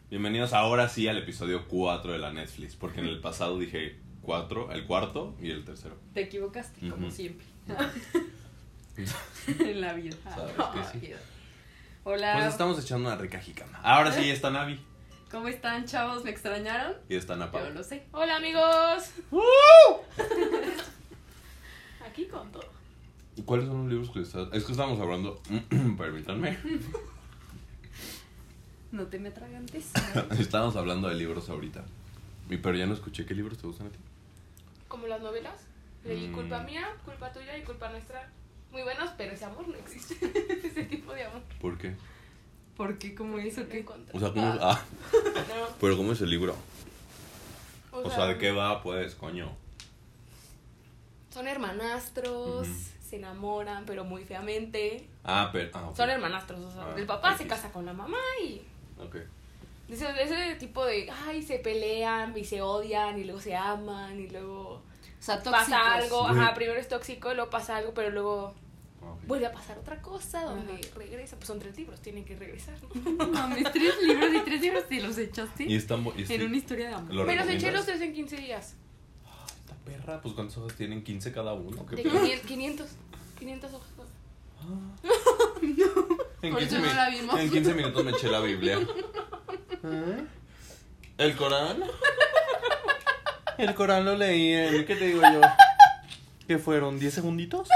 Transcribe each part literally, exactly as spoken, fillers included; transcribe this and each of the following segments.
Bienvenidos ahora sí al episodio cuatro de la Netflix, porque en el pasado dije cuatro, el cuarto y el tercero. Te equivocaste, uh-huh. como siempre. Uh-huh. En la vida. Sabes que sí. Hola. Pues estamos echando una rica jicama. Ahora sí está Navi. ¿Cómo están, chavos? ¿Me extrañaron? Y está Napa. Yo lo sé. Hola, amigos. ¡Uh! Aquí con todo. ¿Y cuáles son los libros que estás...? Es que estamos hablando... Permítanme. No te me atragantes. Estábamos hablando de libros ahorita. Y pero ya no escuché. ¿Qué libros te gustan a ti? Como las novelas. Leí Mm. Culpa Mía, Culpa Tuya y Culpa Nuestra. Muy buenos, pero ese amor no existe. Ese tipo de amor. ¿Por qué? ¿Por qué? ¿Cómo hizo No qué? encontré. O sea, ¿cómo...? Ah, No, pero ¿cómo es el libro? o, O sea, ¿de qué va, pues, coño? Son hermanastros, Ujú. se enamoran, pero muy feamente. Ah, pero... Ah, ok. Son hermanastros, o sea, Ah, el papá X. se casa con la mamá y... Ok. Ese, ese tipo de, ay, se pelean y se odian y luego se aman y luego O sea, tóxicos. pasa algo. Güey. Ajá, primero es tóxico, luego pasa algo, pero luego Ah, ok. vuelve a pasar otra cosa donde Ajá. regresa. Pues son tres libros, tienen que regresar, ¿no? No mames, tres libros y tres libros te los echaste. Y están... bo- y En sí- una historia de amor. ¿Lo Me los eché recomiendas? los tres en quince días. Ah, esta perra, pues ¿cuántas hojas tienen? ¿quince cada uno? ¿Qué De pedo? quinientos, quinientas hojas. Ah. En Por quince eso no mi- la vimos. En quince minutos me eché la Biblia. ¿Eh? ¿El Corán? El Corán lo leí en... ¿Qué te digo yo? ¿Qué fueron? ¿diez segunditos?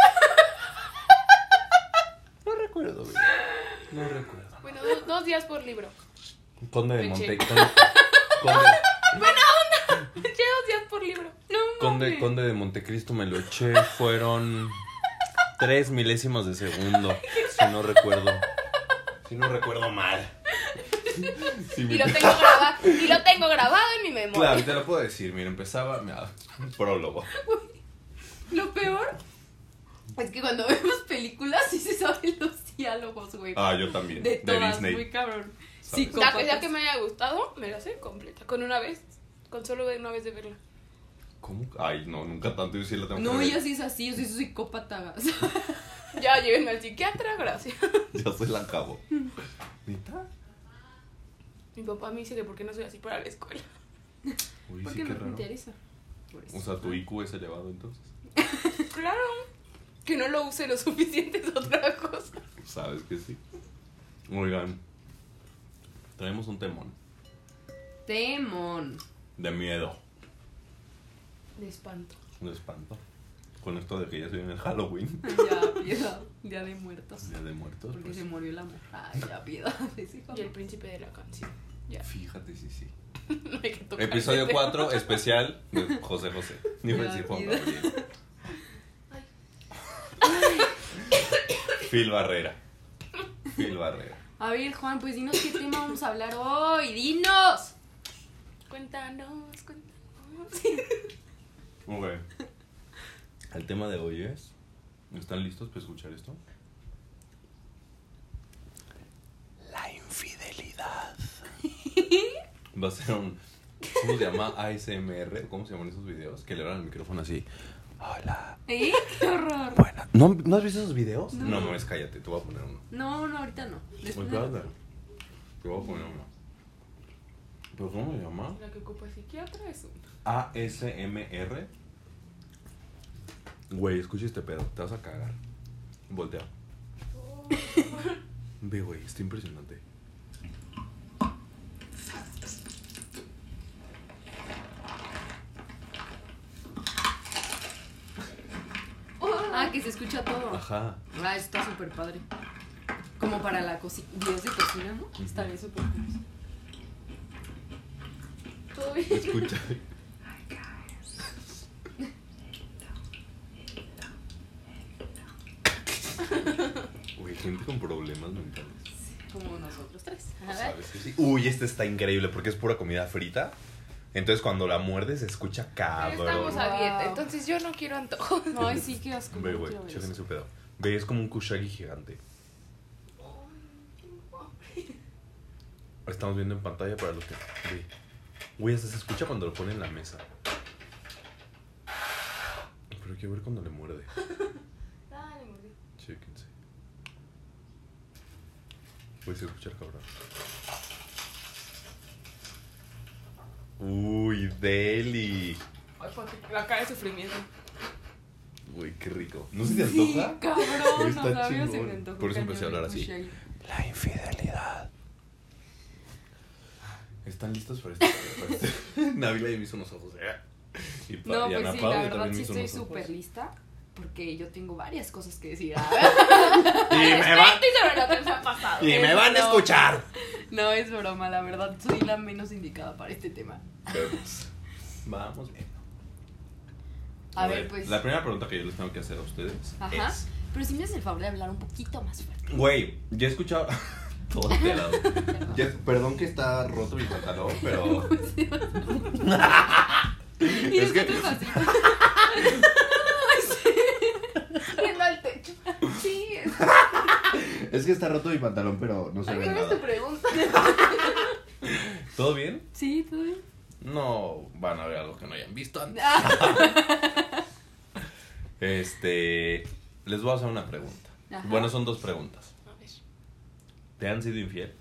No recuerdo, güey. No recuerdo. Bueno, do- dos días por libro. Conde de Me Monte... eché. Conde, conde, Me eché dos días por libro. No conde, mames. conde de Montecristo me lo eché. Fueron... Tres milésimos de segundo. Si no recuerdo. Si no recuerdo mal. Si Y me- lo tengo grabado, y lo tengo grabado en mi memoria. Claro, te lo puedo decir. Mira, empezaba... Mira, prólogo. Lo peor es que cuando vemos películas sí se saben los diálogos, güey. Ah, yo también. De De, todas, Disney. muy cabrón. ¿Sabes? La Psicópatas. que sea que me haya gustado, me la sé completa. Con una vez, con solo ver una vez de verla. ¿Cómo? Ay, no, nunca tanto. Yo sí la tengo No, que ver. ella sí es así, yo soy psicópata. Ya, llévenme al psiquiatra, gracias. Ya se la acabo. ¿Neta? Mi papá me dice que por qué no soy así para la escuela. Uy, ¿Por sí, qué qué no me raro. interesa? Por eso. O sea, tu I Q es elevado entonces. Claro. Que no lo use lo suficiente es otra cosa. Sabes que sí. Oigan. Traemos un temón. Temón. De miedo. De espanto. De espanto. Con esto de que ya se viene el Halloween. Ya, piedad. Día de muertos. Día de muertos. Porque Pues, se murió la mujer. Ay, ya, piedad. Sí, Y el príncipe de la canción. Ya. fíjate, sí, sí. No hay que tocar Episodio ese tema. cuatro, especial de José José. Ni Ya, me decir Juan vida. Gabriel. Ay. Phil Barrera. Phil Barrera. A ver, Juan, pues dinos qué tema vamos a hablar hoy. ¡Dinos! Cuéntanos, cuéntanos. Ok. El tema de hoy es... ¿Están listos para escuchar esto? La infidelidad. Va a ser un... ¿Cómo se llama? A S M R. ¿Cómo se llaman esos videos? Que le abran el micrófono así. Hola. ¿Eh? ¡Qué horror! Buena. ¿No, ¿No has visto esos videos? No. No, mames, cállate. Te voy a poner uno. No, no, ahorita no. Después Pues de- espérate. Te voy a poner uno. ¿Pero cómo se llama? La que ocupa psiquiatra es un. A S M R. Güey, escucha este pedo. Te vas a cagar. Voltea. Ve, güey, está impresionante. Ah, que se escucha todo. Ajá. Ah, está súper padre. Como para la cocina. Videos de cocina, ¿no? Ujú. Está bien súper cool. Todo bien. Escucha. Güey, gente con problemas mentales. Como nosotros tres. A ver. ¿Sabes que sí? Uy, este está increíble porque es pura comida frita. Entonces cuando la muerdes se escucha Pero cabrón. estamos a dieta, Wow. entonces yo no quiero antojos. Ay, sí, qué asco. Ve, no güey, quiero ver chequen eso. ese pedo. Ve, es como un kushagi gigante. Estamos viendo en pantalla para los que... Ve. Güey, hasta se escucha cuando lo pone en la mesa. Pero hay que ver cuando le muerde. Dale, mordí. Chéquense. Güey, se escucha el cabrón. Uy, deli. Ay, porque la cara de sufrimiento. Uy, qué rico. ¿No se te antoja? Cabrón, Uy, no está sabía si chingón. me antojó. Por eso empecé a hablar cañón el así. kushai. La infidelidad. ¿Están listos para esto? Para esto? Nabila ya me hizo unos ojos. Y pa- No, y pues Ana sí, Pau la ya verdad también me sí hizo estoy unos ojos. súper lista. Porque yo tengo varias cosas que decir. Y me van, Estoy sobre lo que me ha pasado. y me van a No. escuchar. No, es broma, la verdad. Soy la menos indicada para este tema. Vamos. Vamos bien. A, ver, pues. La primera pregunta que yo les tengo que hacer a ustedes Ajá. es... Pero si me haces el favor de hablar un poquito más fuerte. Güey, ya he escuchado... Todo alterado. Ya- perdón que está roto mi pantalón, pero... Y Es que... nosotros así. Viendo al techo. Sí, es- Es que está roto mi pantalón, pero no se Ay, ve ¿cuál es tu nada. pregunta? ¿Todo bien? sí, todo bien. No van a ver algo que no hayan visto antes. Ah. Este... Les voy a hacer una pregunta. Ajá. Bueno, son dos preguntas. A ver. ¿Te han sido infiel?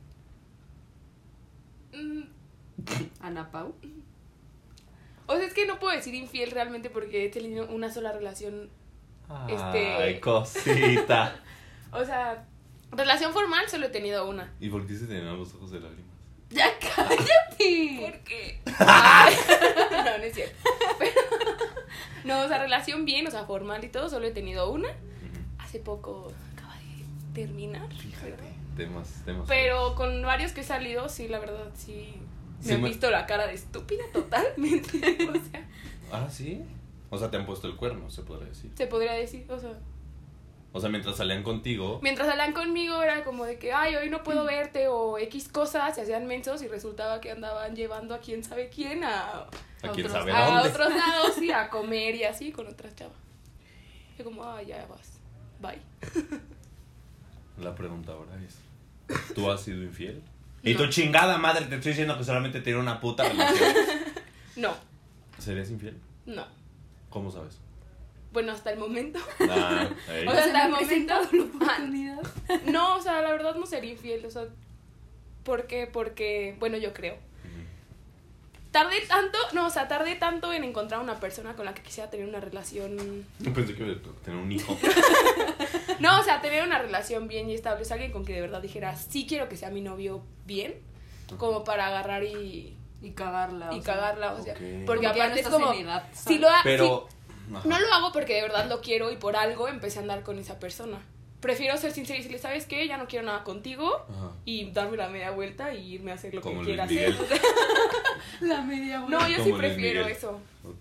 Mm, Ana Pau. O sea, es que no puedo decir infiel realmente porque he tenido una sola relación. Este- Ay, cosita. O sea, relación formal solo he tenido una. ¿Y por qué se te llenan los ojos de lágrimas? ¡Ya cállate! ¿Por qué? Ay, no, no es cierto. Pero, no, o sea, relación bien, o sea, formal y todo, solo he tenido una. Hace poco acaba de terminar. Fíjate, temas, temas. Pero con varios que he salido, sí, la verdad, sí. Sí, Me han me- visto la cara de estúpida totalmente. O sea, Ah, ¿sí? O sea, te han puesto el cuerno, se podría decir. se podría decir, o sea. O sea, mientras salían contigo... Mientras salían conmigo era como de que, ay, hoy no puedo verte o X cosas, se hacían mensos y resultaba que andaban llevando a quién sabe quién a, ¿A quién otros- sabe a dónde? otros lados, sí, a comer y así con otras chavas. Y como, ay, ya vas, bye. La pregunta ahora es... ¿Tú has sido infiel? Y tu chingada madre, te estoy diciendo que solamente tiene una puta relación. No, ¿Serías infiel? no. ¿Cómo sabes? Bueno, hasta el momento. Ah, ey. O sea, Se me hasta ha el momento. presentado la oportunidad. No, o sea, la verdad no sería infiel, o sea. ¿Por qué? Porque, bueno, yo creo. Tardé tanto, no, o sea, tardé tanto en encontrar una persona con la que quisiera tener una relación. Yo pensé que iba a tener un hijo. No, o sea, tener una relación bien y estable. Es alguien con que de verdad dijera, sí quiero que sea mi novio bien, como para agarrar y, Y cagarla. y o sea. cagarla, o sea. Ok. Porque Como que ya aparte no es estás como. en edad, Si ¿sabes? lo ha- Pero... si- Ajá. no lo hago porque de verdad lo quiero y por algo empecé a andar con esa persona. Prefiero ser sincera y decirle, ¿sabes qué? Ya no quiero nada contigo. Ajá. Y darme la media vuelta y irme a hacer lo Como que quiera Luis hacer. Miguel. La media No, vuelta. yo sí Como Luis prefiero Miguel. eso. Ok.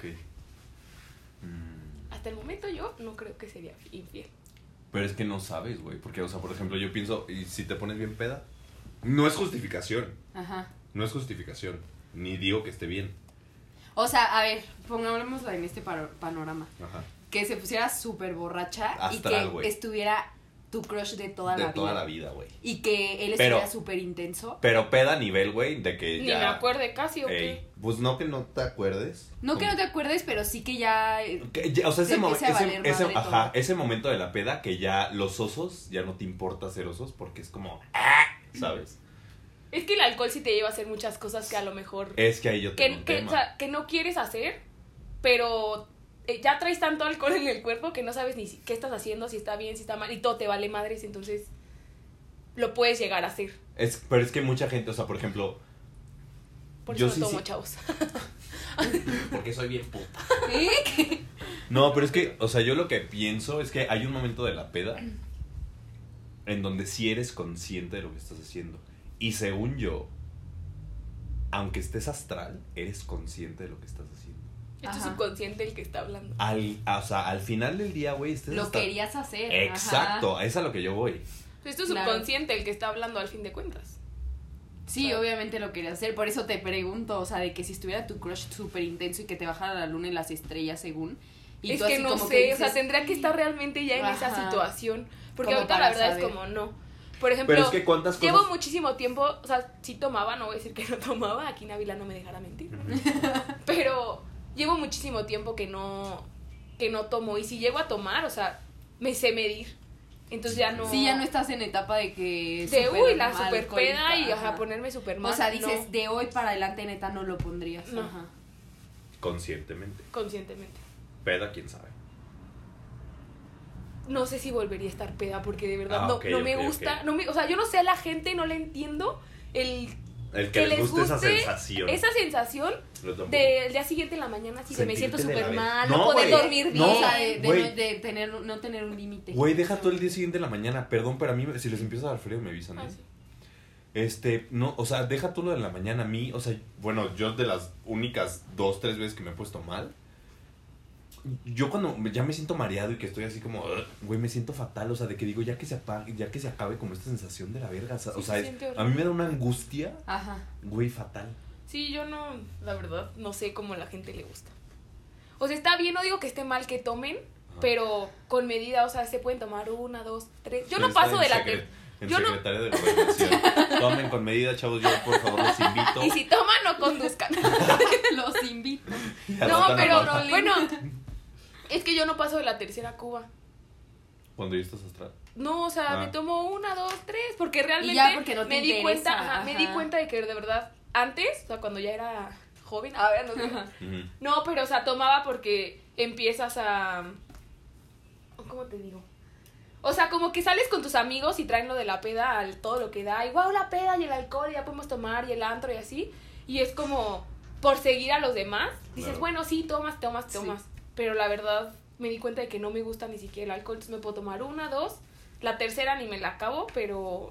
Mm. Hasta el momento yo no creo que sería infiel. Pero es que no sabes, güey. Porque, o sea, por ejemplo, yo pienso, y si te pones bien peda, no es justificación. Ajá. No es justificación. Ni digo que esté bien. O sea, a ver, pongámosla en este paro- panorama. Ajá. Que se pusiera súper borracha Astral, y que güey. estuviera tu crush de toda De la toda vida. la vida, güey. Y que él Pero- estuviera súper intenso. Pero peda a nivel, güey, de que Ni ya... me acuerde casi o Ey, qué. pues no que no te acuerdes. No que no te acuerdes, pero sí que ya. Que ya- o sea, ese, Te momento empieza a ese, valer ese- madre ajá, todo. ese momento de la peda que ya los osos, ya no te importa ser osos porque es como, ¡ah! ¿Sabes? Es que el alcohol sí te lleva a hacer muchas cosas que a lo mejor... Es que ahí yo tengo que, un que, tema. o sea, que no quieres hacer, pero eh, ya traes tanto alcohol en el cuerpo que no sabes ni si- qué estás haciendo, si está bien, si está mal, y todo te vale madres, entonces lo puedes llegar a hacer. Es, pero es que mucha gente, o sea, por ejemplo, Por Yo eso sí, no tomo, sí. chavos. porque soy bien puta. ¿Eh? No, pero es que, o sea, yo lo que pienso es que hay un momento de la peda en donde sí eres consciente de lo que estás haciendo. Y según yo, aunque estés astral, eres consciente de lo que estás haciendo. Es tu Ajá. subconsciente el que está hablando. Al, o sea, al final del día, güey, estés Lo hasta- querías hacer. Exacto, ajá. es a lo que yo voy. Es tu Claro. subconsciente el que está hablando al fin de cuentas. Sí, O sea, obviamente lo querías hacer. Por eso te pregunto, o sea, de que si estuviera tu crush súper intenso y que te bajara la luna y las estrellas según. Y es tú que así no como sé, que o sea, dices, tendría que estar realmente ya en esa Ajá. situación. Porque Como ahorita para la verdad saber. es como no. Por ejemplo, Pero es que cuántas cosas... llevo muchísimo tiempo, o sea, sí tomaba, no voy a decir que no tomaba, aquí Nabila no me dejará mentir. Pero llevo muchísimo tiempo que no que no tomo y si llego a tomar, o sea, me sé medir. Entonces ya no... Sí, ya no estás en etapa de que... De, super uy, la super alcohólica, peda y, ajá. ajá, ponerme super mal. O sea, dices, no, de hoy para adelante, neta, no lo pondrías. No. Ajá. Conscientemente. conscientemente. Peda, quién sabe. No sé si volvería a estar peda porque de verdad Ah, no, ok, no me ok, gusta. ok. No me, o sea, yo no sé a la gente, no le entiendo el... El que, les guste, esa sensación. Esa sensación Yo tampoco. del día siguiente en la mañana, así de me siento Sentirte de súper la mal, verga. no, No, poder güey. dormir bien. No, O sea, de, de, güey. no, de tener, no tener un límite. Güey, deja todo el día siguiente en la mañana. Perdón, pero a mí, si les empieza a dar frío, me avisan. Ah, ¿eh? sí. Este, no, o sea, deja tú lo de la mañana. A mí, o sea, bueno, yo de las únicas dos, tres veces que me he puesto mal, yo cuando ya me siento mareado y que estoy así como, "Ugh", güey, me siento fatal. O sea, de que digo, ya que se apague, ya que se acabe como esta sensación de la verga. O sea, Sí, o sea, se es- siente a mí horrible. me da una angustia, Ajá. güey, fatal. Sí, yo no, la verdad, no sé cómo a la gente le gusta. O sea, está bien, no digo que esté mal que tomen, Ajá. pero con medida, o sea, se pueden tomar una, dos, tres. Yo Sí, no está paso en de la... secre- ter- En yo no- secretaria de gobernación. Tomen con medida, chavos, yo por favor los invito. Y si toman, no conduzcan. Los invito. Ya No, están a pero mano. bueno, es que yo no paso de la tercera cuba. Cuando ya estás astral. No, o sea, Ah. me tomo una, dos, tres, porque realmente Y ya, porque no te me di interesa, cuenta, ajá, me di ajá. cuenta de que de verdad antes, o sea, cuando ya era joven, a ver, no sé. Ujú. No, pero o sea, tomaba porque empiezas a ¿cómo te digo? O sea, como que sales con tus amigos y traen lo de la peda al todo lo que da, y wow, la peda y el alcohol, y ya podemos tomar y el antro y así, y es como por seguir a los demás, dices, Claro. bueno, sí, tomas, tomas, Sí. tomas, pero la verdad me di cuenta de que no me gusta ni siquiera el alcohol, entonces me puedo tomar una, dos, la tercera ni me la acabo, pero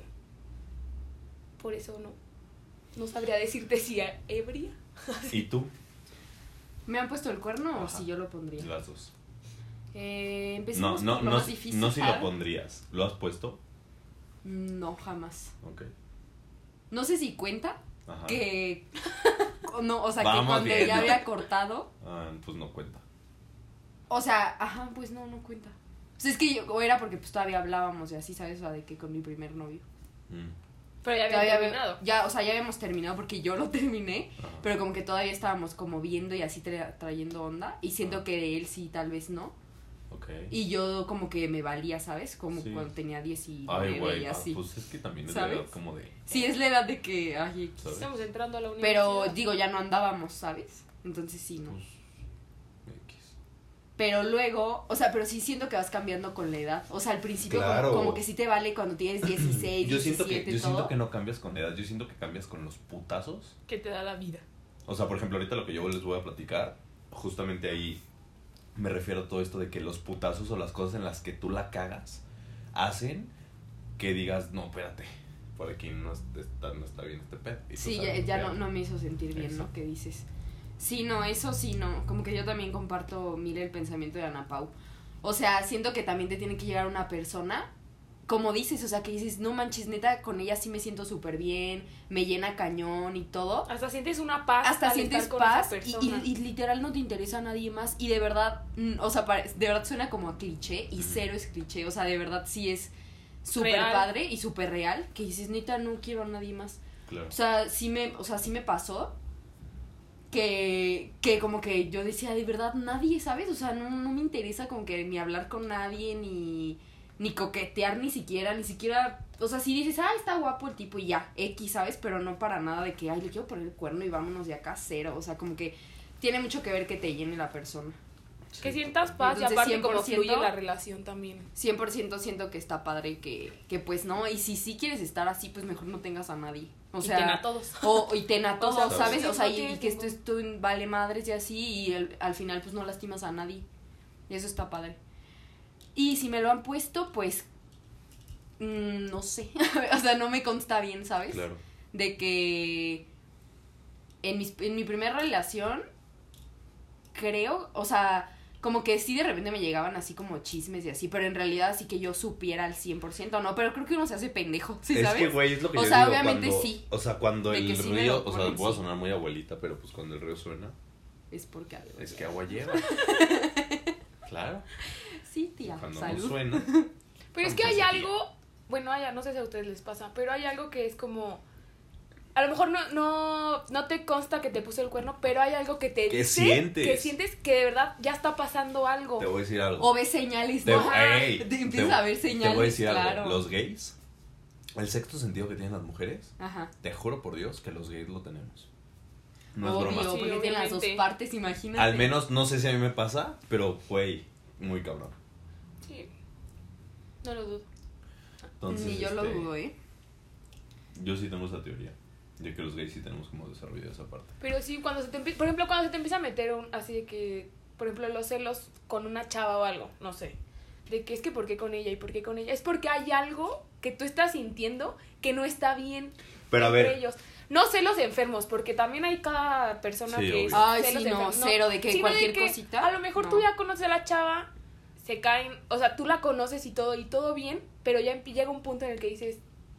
por eso no, no sabría decirte si a- ebria. ¿Y tú? ¿Me han puesto el cuerno o Ajá. si yo lo pondría? Las dos. Eh, No, empecemos no, por lo no, más difícil. no si Ah, lo pondrías. ¿Lo has puesto? No, jamás. Ok. No sé si cuenta Ajá. que... No, o sea, Vamos que cuando bien. ya había cortado... Ah, pues no cuenta. O sea, ajá, pues no, no cuenta. O sea, es que yo, o era porque pues todavía hablábamos y así, ¿sabes? O sea, de que con mi primer novio. Mm. Pero ya había Todavía terminado. Ya, o sea, ya habíamos terminado porque yo lo terminé, Ajá. pero como que todavía estábamos como viendo y así tra- trayendo onda. Y siento Ajá. que de él sí, tal vez no. Ok. Y yo como que me valía, ¿sabes? Como Sí. cuando tenía diecinueve Ay, güey, y ah, así. pues es que también es la ¿Sabes? edad como de... Sí, es la edad de que... Ay, X. ¿sabes? Estamos entrando a la universidad. Pero digo, ya no andábamos, ¿sabes? Entonces sí, no. Pues, X. Pero luego, o sea, pero sí siento que vas cambiando con la edad. O sea, al principio como- Claro. como, que sí te vale cuando tienes dieciséis, Yo siento que, diecisiete, yo todo. siento que no cambias con edad, yo siento que cambias con los putazos. Que te da la vida. O sea, por ejemplo, ahorita lo que yo les voy a platicar, justamente ahí me refiero a todo esto de que los putazos o las cosas en las que tú la cagas hacen que digas, no, espérate, por aquí no está, no está bien este pedo. Y tú Sí, ya, sabes ya que- no, no me hizo sentir bien, ¿no? Exacto. Que dices. Sí, no, eso sí, no. Como que yo también comparto mil el pensamiento de Ana Pau. O sea, siento que también te tiene que llegar una persona, como dices, o sea, que dices, no manches, neta, con ella sí me siento súper bien, me llena cañón y todo. Hasta sientes una paz. Hasta al sientes estar con paz esa y, persona. y, y literal no te interesa a nadie más. Y de verdad, mm, o sea, pare- de verdad suena como a cliché y Ujú. cero es cliché. O sea, de verdad sí es súper Real. padre y súper real, que dices, neta, no quiero a nadie más. Claro. O sea, sí me, o sea, sí me pasó que, que como que yo decía, de verdad, nadie, ¿sabes? O sea, no, no me interesa como que ni hablar con nadie, ni, ni coquetear ni siquiera, ni siquiera, o sea, si dices, ah, está guapo el tipo y ya, X, ¿sabes? Pero no para nada de que, ay, le quiero poner el cuerno y vámonos de acá cero, o sea, como que tiene mucho que ver que te llene la persona. Que sientas paz Entonces, y aparte como cien por ciento fluye la relación también. cien por ciento siento que está padre que, que pues no, y si sí quieres estar así, pues mejor no tengas a nadie. O Y sea, ten a todos. O, y ten a todos, O sea, ¿sabes? sí, O sea, no y, tienes y que esto ningún- es tú vale madres y así, y el- al final pues no lastimas a nadie. Y eso está padre. Y si me lo han puesto, pues, mm, no sé. O sea, no me consta bien, ¿sabes? Claro. De que en, mis, en mi primera relación, creo, o sea, como que sí de repente me llegaban así como chismes y así, pero en realidad así que yo supiera al cien por ciento, no, pero creo que uno se hace pendejo, ¿sí Es sabes? que, güey, es lo que O yo sea, digo, obviamente cuando- sí. O sea, cuando De el que sí me río, lo o sea, ponen, voy a sí. sonar muy abuelita, pero pues cuando el río suena, Es porque algo. es que agua lleva. Claro. Sí, tía, Cuando salud. no suena. Pero es que hay Entonces, algo, bueno, hay, no sé si a ustedes les pasa, pero hay algo que es como a lo mejor no, no, no te consta que te puso el cuerno, pero hay algo que te ¿Qué dice sientes? que sientes que de verdad ya está pasando algo. Te voy a decir algo. O ves señales, Te, ¿no? ey, Te te- empiezas a ver señales, Te voy a decir claro. algo. Los gays, el sexto sentido que tienen las mujeres, Ajá. te juro por Dios que los gays lo tenemos. No es Obvio, broma. Sí, porque tiene las dos obviamente. partes, imagínate. Al menos, no sé si a mí me pasa, pero güey, muy cabrón. Sí, no lo dudo. Entonces, Ni yo lo este, dudo, ¿eh? Yo sí tengo esa teoría de que los gays sí tenemos como desarrollado esa parte. Pero sí, cuando se te empieza, por ejemplo, cuando se te empieza a meter un, así de que, por ejemplo, los celos con una chava o algo, no sé, de que es que por qué con ella y por qué con ella, es porque hay algo que tú estás sintiendo que no está bien Pero a entre ver, ellos. No celos enfermos, porque también hay cada persona Sí, que es obvio. Ay, celos sí, no, enfermos. cero, de que sino cualquier que cosita, A lo mejor no. tú ya conoces a la chava, se caen, o sea, tú la conoces y todo, y todo bien, pero ya empi- llega un punto en el que dices,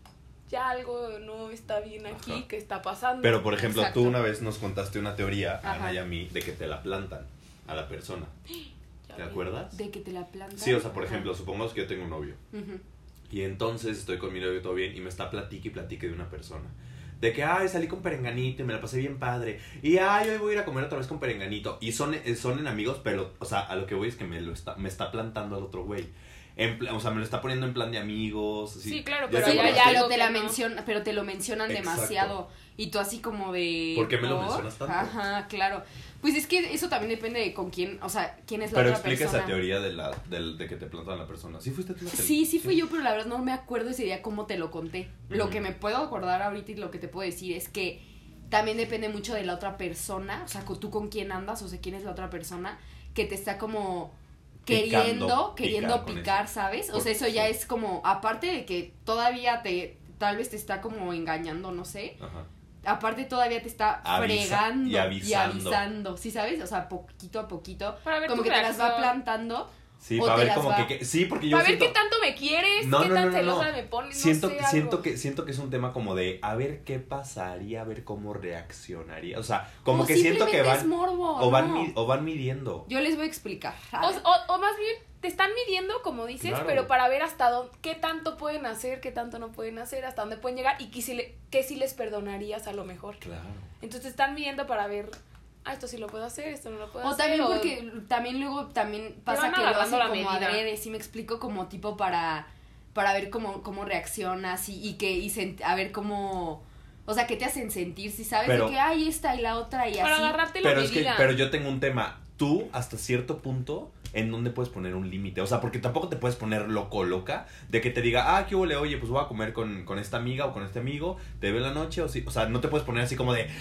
ya algo no está bien aquí, Ajá. ¿qué está pasando? pero por ejemplo, Exacto. tú una vez nos contaste una teoría, a Ana Ajá. y a mí, de que te la plantan a la persona. Ya ¿Te ves. acuerdas? De que te la plantan. Sí, o sea, por Ajá. ejemplo, supongamos que yo tengo un novio. Ujú. Y entonces estoy con mi novio todo bien y me está platique y platique de una persona. De que, ay, salí con Perenganito y me la pasé bien padre. Y, ay, hoy voy a ir a comer otra vez con Perenganito. Y son, eh, son en amigos, pero, o sea, a lo que voy es que me, lo está, me está plantando al otro güey. En pla- o sea, me lo está poniendo en plan de amigos. Sí, claro, Ya pero sé Sí, ya por hay qué. pero algo te que la no. menciona, pero te lo mencionan Exacto. demasiado y tú así como de ¿Por qué me lo ¿por? mencionas tanto? Ajá, claro. Pues es que eso también depende de con quién, o sea, quién es la Pero otra explica persona. esa teoría de, la, del- de que te plantan a la persona. ¿Sí fuiste tú la que- Sí, sí fui yo, pero la verdad no me acuerdo ese día cómo te lo conté. Lo Ujú. que me puedo acordar ahorita y lo que te puedo decir es que también depende mucho de la otra persona, o sea, con- tú con quién andas, o sea, quién es la otra persona que te está como Picando, queriendo, queriendo picar con picar, eso. ¿sabes? O Por- sea, eso ya sí. es como, aparte de que todavía te, tal vez te está como engañando, no sé, Ajá. aparte todavía te está Avisa- fregando y avisando. avisando, ¿sí sabes? O sea, poquito a poquito, Para ver como tu que te las va reacción. plantando. Sí, O para te ver las como va- que, que- sí, porque yo Para ver siento, qué tanto me quieres, No, qué no, tan no, no, celosa no. me pones, siento, no sé, siento algo. que siento que es un tema como de a ver qué pasaría, a ver cómo reaccionaría, o sea, como O que siento que simplemente es van morbo, o van ¿no? mi- o van midiendo. Yo les voy a explicar. A O, ver. o, o más bien, te están midiendo, como dices, Claro. pero para ver hasta dónde, qué tanto pueden hacer, qué tanto no pueden hacer, hasta dónde pueden llegar y qué si, le, qué si les perdonarías a lo mejor. Claro. Entonces te están midiendo para ver, ah, esto sí lo puedo hacer, esto no lo puedo O hacer. también porque también luego también pasa van que lo agarrando hacen la como medida. adrede, sí me explico, como tipo para para ver cómo cómo reaccionas y, y que y sent- a ver cómo, o sea, qué te hacen sentir, si sabes Pero- de que hay esta y la otra y Para así. agarrarte la Pero es que medida. pero yo tengo un tema, tú hasta cierto punto en dónde puedes poner un límite, o sea, porque tampoco te puedes poner loco o loca de que te diga, "Ah, qué huele, oye, pues voy a comer con, con esta amiga o con este amigo, te veo en la noche" o sí, o sea, no te puedes poner así como de,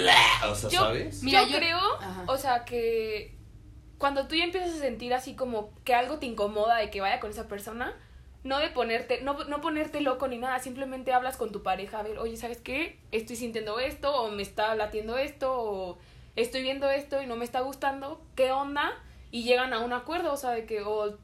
o sea, Yo- ¿sabes? Mira, yo, yo- creo, Ajá. o sea, que cuando tú ya empiezas a sentir así como que algo te incomoda de que vaya con esa persona, no de ponerte, no, no ponerte loco ni nada, simplemente hablas con tu pareja, a ver, oye, ¿sabes qué? Estoy sintiendo esto, o me está latiendo esto, o estoy viendo esto y no me está gustando, ¿qué onda? Y llegan a un acuerdo, o sea, de que o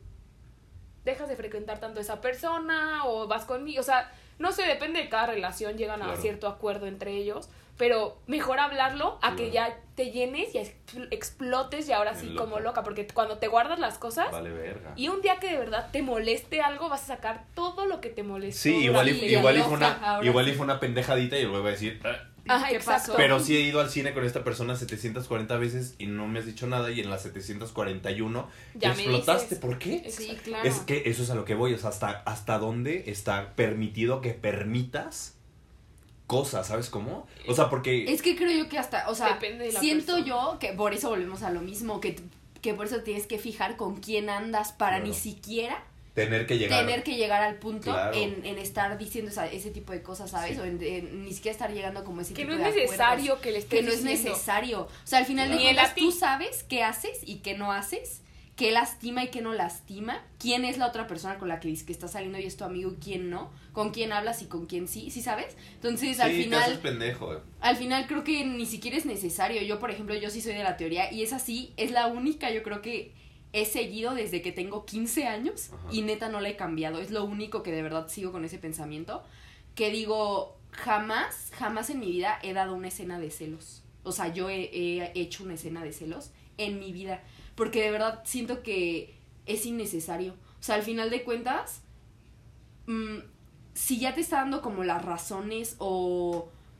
dejas de frecuentar tanto a esa persona, o vas conmigo, o sea, no sé, depende de cada relación, llegan a Claro. cierto acuerdo entre ellos, pero mejor hablarlo a que Claro. ya te llenes y expl- explotes y ahora sí En como loca. loca, porque cuando te guardas las cosas Vale, verga. y un día que de verdad te moleste algo, vas a sacar todo lo que te molestó. Sí, igual y, durante- ya igual y loca, fue una ahora igual y sí. fue una pendejadita y luego va a decir, "Ah". Ajá, ¿Qué exacto. pasó? Pero sí he ido al cine con esta persona setecientas cuarenta veces y no me has dicho nada y en las setecientas cuarenta y uno Ya ya me explotaste. dices. ¿Por qué? Sí, Exacto. claro. Es que eso es a lo que voy, o sea, hasta, hasta dónde está permitido que permitas cosas, ¿sabes cómo? O sea, porque... Es que creo yo que hasta, o sea, Depende de la siento persona. yo que por eso volvemos a lo mismo, que, que por eso tienes que fijar con quién andas para Claro. ni siquiera Tener que llegar... tener que llegar al punto Claro. en, en estar diciendo esa- ese tipo de cosas, ¿sabes? Sí. O en, en ni siquiera estar llegando como ese Que tipo no de es acuerdos. necesario que le estés Que no es diciendo. necesario. O sea, al final Claro. de Ni el cuentas a ti. tú sabes qué haces y qué no haces, qué lastima y qué no lastima, quién es la otra persona con la que dices que estás saliendo y es tu amigo y quién no, con quién hablas y con quién sí, ¿sí sabes? Entonces, al Sí, te haces final pendejo. eh. al final creo que ni siquiera es necesario. Yo, por ejemplo, yo sí soy de la teoría y es así, es la única, yo creo que he seguido desde que tengo quince años. Ajá. Y neta no la he cambiado. Es lo único que de verdad sigo con ese pensamiento. Que digo, jamás, jamás en mi vida he dado una escena de celos. O sea, yo he, he hecho una escena de celos en mi vida. Porque de verdad siento que es innecesario. O sea, al final de cuentas, mmm, si ya te está dando como las razones o...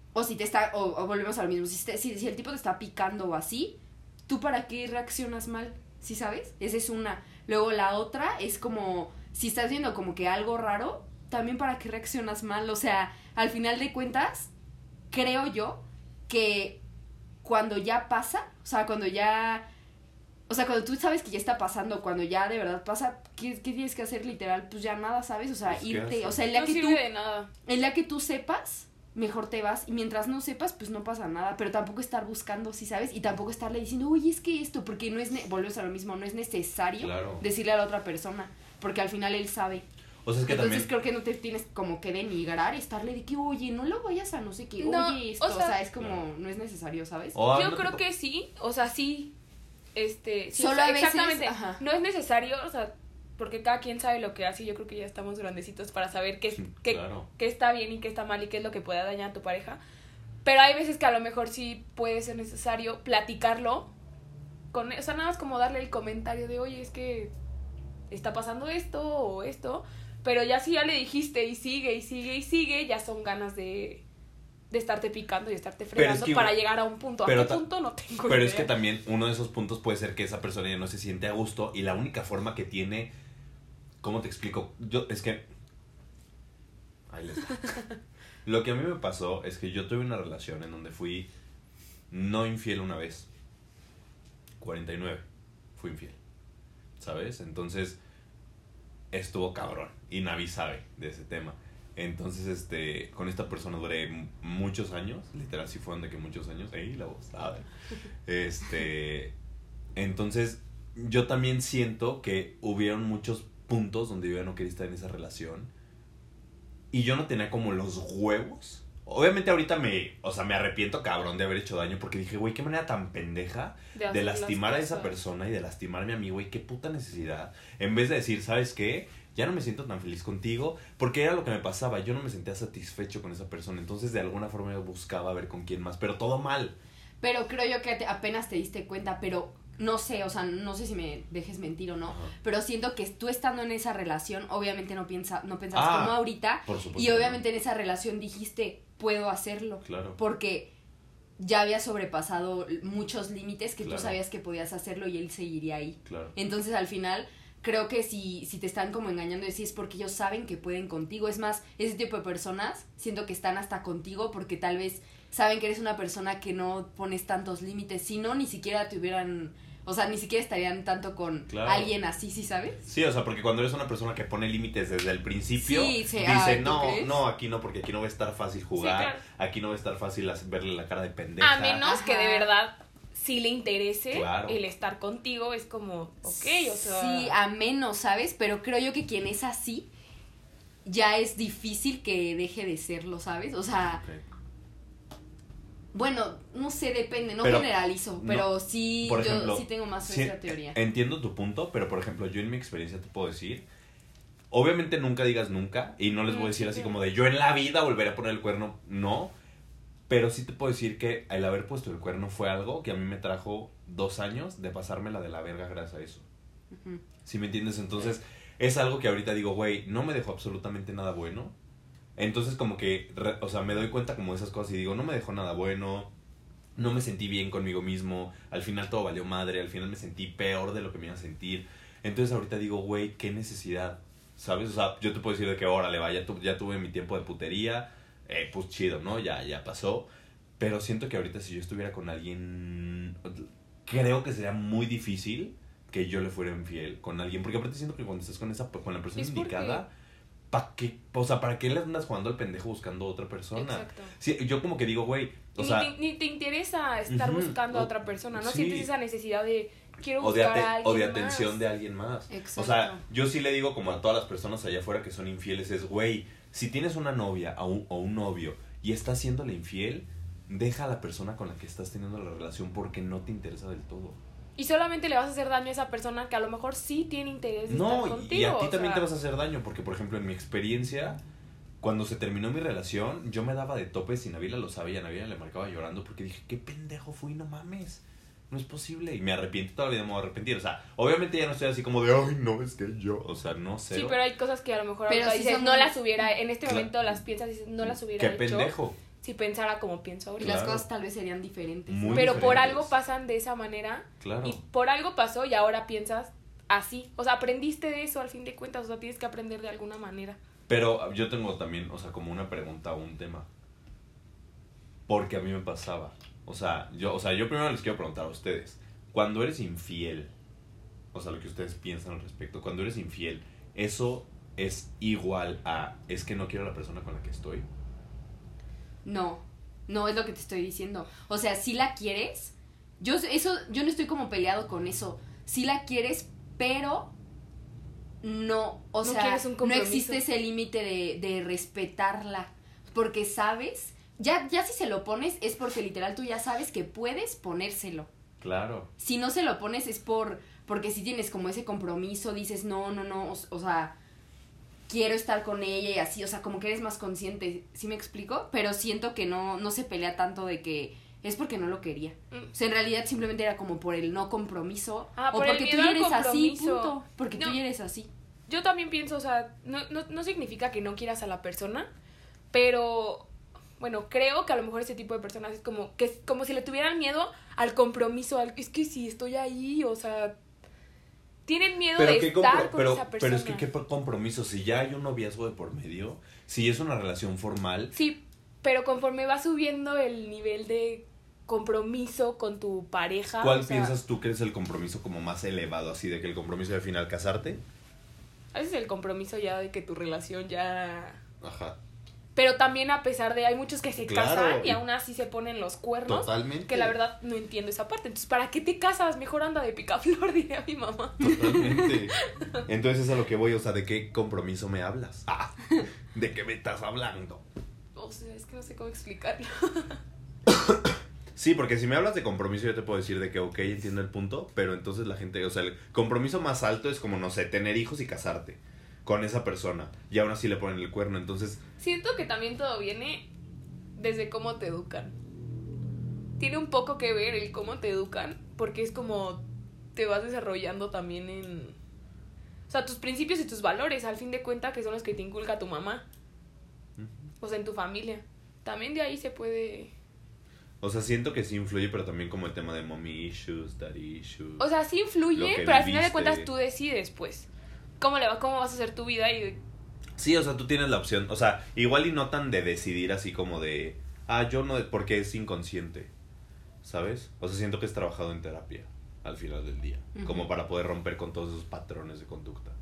O si te está, o, o volvemos a lo mismo, si, te, si, si el tipo te está picando o así, ¿tú para qué reaccionas mal? ¿Sí sabes? Esa es una. Luego la otra es como, si estás viendo como que algo raro, también para qué reaccionas mal. O sea, al final de cuentas, creo yo que cuando ya pasa, o sea, cuando ya... O sea, cuando tú sabes que ya está pasando, cuando ya de verdad pasa, ¿qué, qué tienes que hacer literal? Pues ya nada, ¿sabes? O sea, Pues, irte, ¿qué o sea, el día No que sirve tú, de nada. el día que tú sepas, mejor te vas, y mientras no sepas, pues no pasa nada, pero tampoco estar buscando, ¿sí sabes? Y tampoco estarle diciendo, oye, es que esto, porque no es, ne- volvemos a lo mismo, no es necesario Claro. decirle a la otra persona, porque al final él sabe. O sea, es que Entonces también... creo que no te tienes como que denigrar, estarle de que, oye, no lo vayas a no sé qué, No, oye, esto, o o sea, sea, es como, claro. no es necesario, ¿sabes? O Yo no te creo po- que sí, o sea, sí, este, sí, Solo o sea, a veces, exactamente, ajá. no es necesario, o sea, porque cada quien sabe lo que hace y yo creo que ya estamos grandecitos para saber qué, Sí, qué, claro. qué está bien y qué está mal y qué es lo que puede dañar a tu pareja, pero hay veces que a lo mejor sí puede ser necesario platicarlo, con, o sea, nada más como darle el comentario de, oye, es que está pasando esto o esto, pero ya si ya le dijiste y sigue y sigue y sigue, ya son ganas de... de estarte picando y estarte Pero fregando es que para igual- llegar a un punto. ¿A pero qué ta- punto? No tengo Pero idea. es que también uno de esos puntos puede ser que esa persona ya no se siente a gusto y la única forma que tiene... ¿Cómo te explico? Yo, es que... Ahí les va. Lo que a mí me pasó es que yo tuve una relación en donde fui no infiel una vez. cuarenta y nueve. Fui infiel. ¿Sabes? Entonces... Estuvo cabrón. Y Navi sabe de ese tema. Entonces, este, con esta persona duré m- muchos años, literal, sí fueron de que muchos años, ¡ey, la voz! A ver. Este, entonces, yo también siento que hubieron muchos puntos donde yo ya no quería estar en esa relación y yo no tenía como los huevos. Obviamente ahorita me, o sea, me arrepiento cabrón de haber hecho daño porque dije, güey, qué manera tan pendeja De de hacer las lastimar a esa cosas. persona y de lastimar a mi amigo, güey, qué puta necesidad. En vez de decir, ¿sabes qué? Ya no me siento tan feliz contigo, porque era lo que me pasaba, yo no me sentía satisfecho con esa persona, entonces de alguna forma yo buscaba ver con quién más, pero todo mal. Pero creo yo que te- apenas te diste cuenta, pero no sé, o sea, no sé si me dejes mentir o no, Ajá. pero siento que tú estando en esa relación, obviamente no piensa, no pensabas Ah, como ahorita, Por supuesto. y que no. obviamente en esa relación dijiste, puedo hacerlo, Claro. porque ya había sobrepasado muchos límites que Claro. tú sabías que podías hacerlo y él seguiría ahí. Claro. Entonces al final creo que si, si te están como engañando y es porque ellos saben que pueden contigo. Es más, ese tipo de personas siento que están hasta contigo porque tal vez saben que eres una persona que no pones tantos límites. Si no, ni siquiera te hubieran... O sea, ni siquiera estarían tanto con Claro. alguien así, ¿sí sabes? Sí, o sea, porque cuando eres una persona que pone límites desde el principio, Sí, sí, dice, ay, ¿tú no, crees? no, aquí no, porque aquí no va a estar fácil jugar, claro. aquí no va a estar fácil hacer- verle la cara de pendeja. A menos que de Ajá. verdad sí le interese Claro. el estar contigo, es como, ok, o sea... Sí, a menos, ¿sabes? Pero creo yo que quien es así, ya es difícil que deje de serlo, ¿sabes? O sea... Ok. Bueno, no sé, depende, no Pero, generalizo, pero no, sí, por yo ejemplo, sí tengo más sí, esa teoría. Entiendo tu punto, pero por ejemplo, yo en mi experiencia te puedo decir, obviamente nunca digas nunca, y no les voy a Mm, decir sí, así claro. como de yo en la vida volveré a poner el cuerno, no, pero sí te puedo decir que el haber puesto el cuerno fue algo que a mí me trajo dos años de pasármela de la verga gracias a eso. Ujú. ¿Sí me entiendes? Entonces, es algo que ahorita digo, güey, no me dejó absolutamente nada bueno. Entonces, como que, re- o sea, me doy cuenta como de esas cosas y digo, no me dejó nada bueno, no me sentí bien conmigo mismo, al final todo valió madre, al final me sentí peor de lo que me iba a sentir. Entonces, ahorita digo, güey, qué necesidad, ¿sabes? O sea, yo te puedo decir de que, órale, va, ya, tu- ya tuve mi tiempo de putería, eh, pues chido, ¿no? Ya, ya pasó. Pero siento que ahorita si yo estuviera con alguien, creo que sería muy difícil que yo le fuera infiel con alguien, porque aparte siento que cuando estás con esa con la persona Es porque- indicada, ¿para qué? O sea, ¿para qué le andas jugando al pendejo buscando a otra persona? Exacto. Sí, yo como que digo, güey, o ni, sea, te, ni te interesa estar Ujú, buscando a o- otra persona, no sí. sientes esa necesidad de quiero o de, buscar ate- a alguien o de atención más. de alguien más. Exacto. O sea, yo sí le digo como a todas las personas allá afuera que son infieles, es, güey, si tienes una novia o un, o un novio y estás siéndole infiel, deja a la persona con la que estás teniendo la relación porque no te interesa del todo. Y solamente le vas a hacer daño a esa persona que a lo mejor sí tiene interés de No, estar y- contigo. y a ti o también sea, te vas a hacer daño, porque por ejemplo en mi experiencia, cuando se terminó mi relación, yo me daba de topes y Nabila lo sabía, Nabila le marcaba llorando porque dije, qué pendejo fui, no mames, no es posible, y me arrepiento, todavía me voy a arrepentir, o sea, obviamente ya no estoy así como de, ay, no, es que yo, o sea, no sé. Sí, pero hay cosas que a lo mejor Pero ahorita sí dices, son- no las hubiera, en este Claro. momento las piensas y dices, no las hubiera Qué hecho. pendejo. si pensara como pienso Y ahorita. las Claro. cosas tal vez serían diferentes. Muy Pero por diferentes. algo pasan de esa manera. Claro. Y por algo pasó y ahora piensas así. O sea, aprendiste de eso al fin de cuentas. O sea, tienes que aprender de alguna manera. Pero yo tengo también, o sea, como una pregunta o un tema. Porque a mí me pasaba. O sea, yo, o sea, yo primero les quiero preguntar a ustedes. Cuando eres infiel, o sea, lo que ustedes piensan al respecto, cuando eres infiel, ¿eso es igual a es que no quiero a la persona con la que estoy? No, no es lo que te estoy diciendo. O sea, si la quieres, yo eso, yo no estoy como peleado con eso. Si la quieres, pero no, o No sea, quieres un no compromiso. existe ese límite de, de respetarla. Porque sabes, ya, ya si se lo pones es porque literal tú ya sabes que puedes ponérselo. Claro. Si no se lo pones es por porque si tienes como ese compromiso, dices, no, no, no, o, o sea, quiero estar con ella y así, o sea, como que eres más consciente, ¿sí me explico? Pero siento que no, no se pelea tanto de que es porque no lo quería. Mm. O sea, en realidad simplemente era como por el no compromiso. Ah, o por el porque tú miedo ya al eres así, compromiso. punto. Porque tú No. ya eres así. Yo también pienso, o sea, no, no, no significa que no quieras a la persona, pero, bueno, creo que a lo mejor ese tipo de personas es como que es como si le tuvieran miedo al compromiso, al, es que si estoy ahí, o sea, tienen miedo Pero, de ¿qué estar compro- con pero, esa persona. pero es que qué compromiso, si ya hay un noviazgo de por medio, si es una relación formal, Sí, pero conforme va subiendo el nivel de compromiso con tu pareja. ¿cuál o sea, piensas tú que es el compromiso como más elevado? Así de que el compromiso de final casarte. A veces el compromiso ya de que tu relación ya... Ajá. Pero también a pesar de, hay muchos que se Claro. casan y aún así se ponen los cuernos. Totalmente. Que la verdad no entiendo esa parte. Entonces, ¿para qué te casas? Mejor anda de picaflor, diría mi mamá. Totalmente. Entonces es a lo que voy, o sea, ¿de qué compromiso me hablas? Ah, ¿de qué me estás hablando? O sea, es que no sé cómo explicarlo. Sí, porque si me hablas de compromiso yo te puedo decir de que ok, entiendo el punto, pero entonces la gente, o sea, el compromiso más alto es como, no sé, tener hijos y casarte con esa persona y aún así le ponen el cuerno, entonces... Siento que también todo viene desde cómo te educan. Tiene un poco que ver el cómo te educan, porque es como te vas desarrollando también en... O sea, tus principios y tus valores, al fin de cuentas, que son los que te inculca tu mamá. O sea, en tu familia. También de ahí se puede... O sea, siento que sí influye, pero también como el tema de mommy issues, daddy issues. O sea, sí Lo influye, que pero al final de viviste. cuentas tú decides, pues. ¿Cómo, le va, cómo vas a hacer tu vida? Y Sí, o sea, tú tienes la opción, o sea, igual y no tan de decidir así como de, ah, yo no, porque es inconsciente, ¿sabes? O sea, siento que es trabajado en terapia al final del día, Ujú. como para poder romper con todos esos patrones de conducta.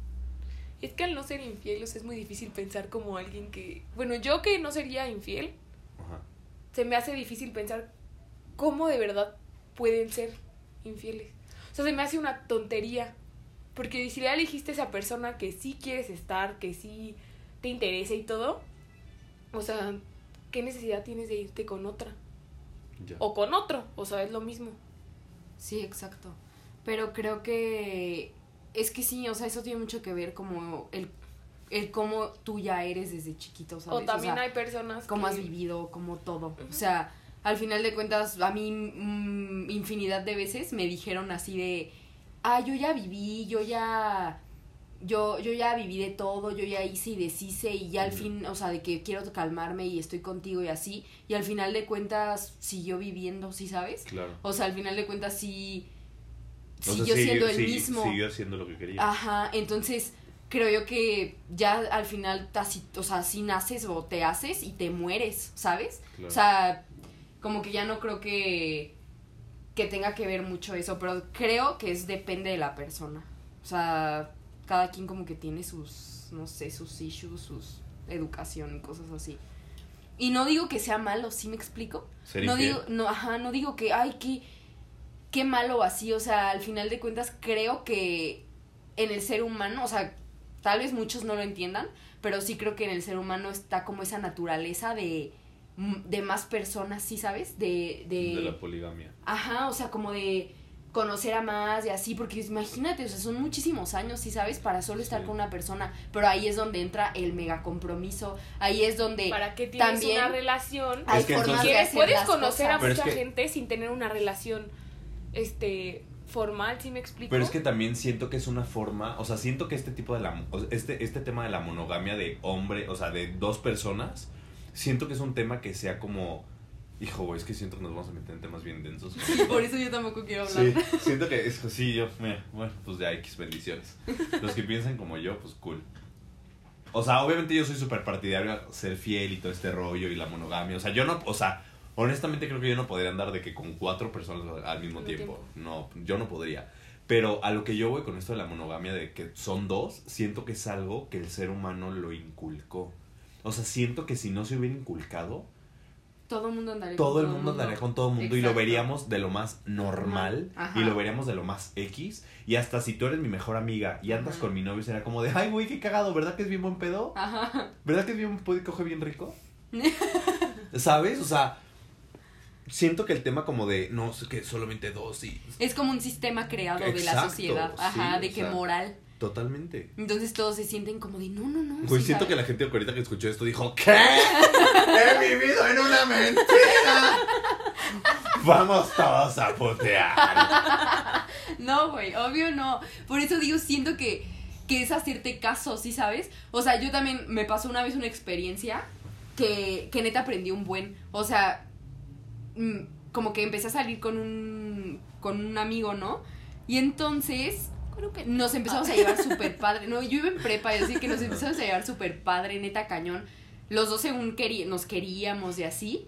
es que al no ser infiel, o sea, es muy difícil pensar como alguien que... Bueno, yo que no sería infiel, Ajá. se me hace difícil pensar cómo de verdad pueden ser infieles. O sea, se me hace una tontería. Porque si ya elegiste a esa persona que sí quieres estar, que sí te interesa y todo, o sea, ¿qué necesidad tienes de irte con otra? Ya. O con otro, o sea, es lo mismo. Sí, exacto. Pero creo que es que sí, o sea, eso tiene mucho que ver como el, el cómo tú ya eres desde chiquito, ¿sabes? O también sea, hay personas cómo que... has vivido, como todo. Ujú. O sea, al final de cuentas, a mí mm, infinidad de veces me dijeron así de, ah, yo ya viví, yo ya, yo, yo ya viví de todo, yo ya hice y deshice y ya al Ujú. fin, o sea, de que quiero calmarme y estoy contigo y así, y al final de cuentas siguió viviendo, ¿sí sabes? Claro. O sea, al final de cuentas sí O sea, siguió sigue- siendo el sigue- mismo. Siguió haciendo lo que quería. Ajá, entonces creo yo que ya al final, así, o sea, así naces o te haces y te mueres, ¿sabes? Claro. O sea, como que ya no creo que, que tenga que ver mucho eso, pero creo que es depende de la persona. O sea, cada quien como que tiene sus, no sé, sus issues, sus educación y cosas así. Y no digo que sea malo, ¿sí me explico? Ser no infiel. digo, no, ajá, no digo que, ay, qué, qué malo así, o sea, al final de cuentas creo que en el ser humano, o sea, tal vez muchos no lo entiendan, pero sí creo que en el ser humano está como esa naturaleza de, de más personas, ¿sí sabes? De, de, De la poligamia. ajá, o sea, como de conocer a más y así, porque imagínate, o sea, son muchísimos años, ¿sí sabes? Para solo estar Sí. con una persona, pero ahí es donde entra el mega compromiso, ahí es donde ¿Para qué tienes también una relación? hay Es que formas entonces- de ¿Quieres? hacer Puedes las conocer cosas. a Pero es mucha que- gente sin tener una relación este formal, ¿sí me explico? Pero es que también siento que es una forma, o sea, siento que este tipo de la, o sea, este, este tema de la monogamia de hombre, o sea, de dos personas, siento que es un tema que sea como... Hijo, güey, es que siento que nos vamos a meter en temas bien densos. Sí, por eso yo tampoco quiero hablar. Sí, siento que es sí, yo, mira, bueno, pues ya X, bendiciones. Los que piensan como yo, pues cool. O sea, obviamente yo soy súper partidario a ser fiel y todo este rollo y la monogamia. O sea, yo no, o sea, honestamente creo que yo no podría andar de que con cuatro personas al mismo tiempo. tiempo. No, yo no podría. Pero a lo que yo voy con esto de la monogamia, de que son dos, siento que es algo que el ser humano lo inculcó. O sea, siento que si no se hubiera inculcado... Todo el mundo andaría todo con el mundo andaría con todo el mundo. Exacto. Y lo veríamos de lo más normal. Ajá. Y lo veríamos de lo más X. Y hasta si tú eres mi mejor amiga y andas Ajá. con mi novio, será como de, ay, güey, qué cagado, ¿verdad que es bien buen pedo? Ajá. ¿Verdad que es bien puede coger bien rico? ¿Sabes? O sea, siento que el tema como de, no, es que solamente dos y... Es como un sistema creado Exacto, de la sociedad. Ajá, sí, de que sea, moral. Totalmente. Entonces todos se sienten como de, no, no, no. Pues sí, siento ¿sabes? Que la gente ahorita que escuchó esto dijo, ¿qué? ¡He vivido en una mentira! Vamos todos a putear. No, güey, obvio no. Por eso digo, siento que, que es hacerte caso, ¿sí sabes? O sea, yo también me pasó una vez una experiencia que, que neta aprendí un buen. O sea, mmm, como que empecé a salir con un, con un amigo, ¿no? Y entonces... Nos empezamos a llevar súper padre. No, yo iba en prepa y así que nos empezamos a llevar súper padre, neta cañón. Los dos según querí- nos queríamos y así.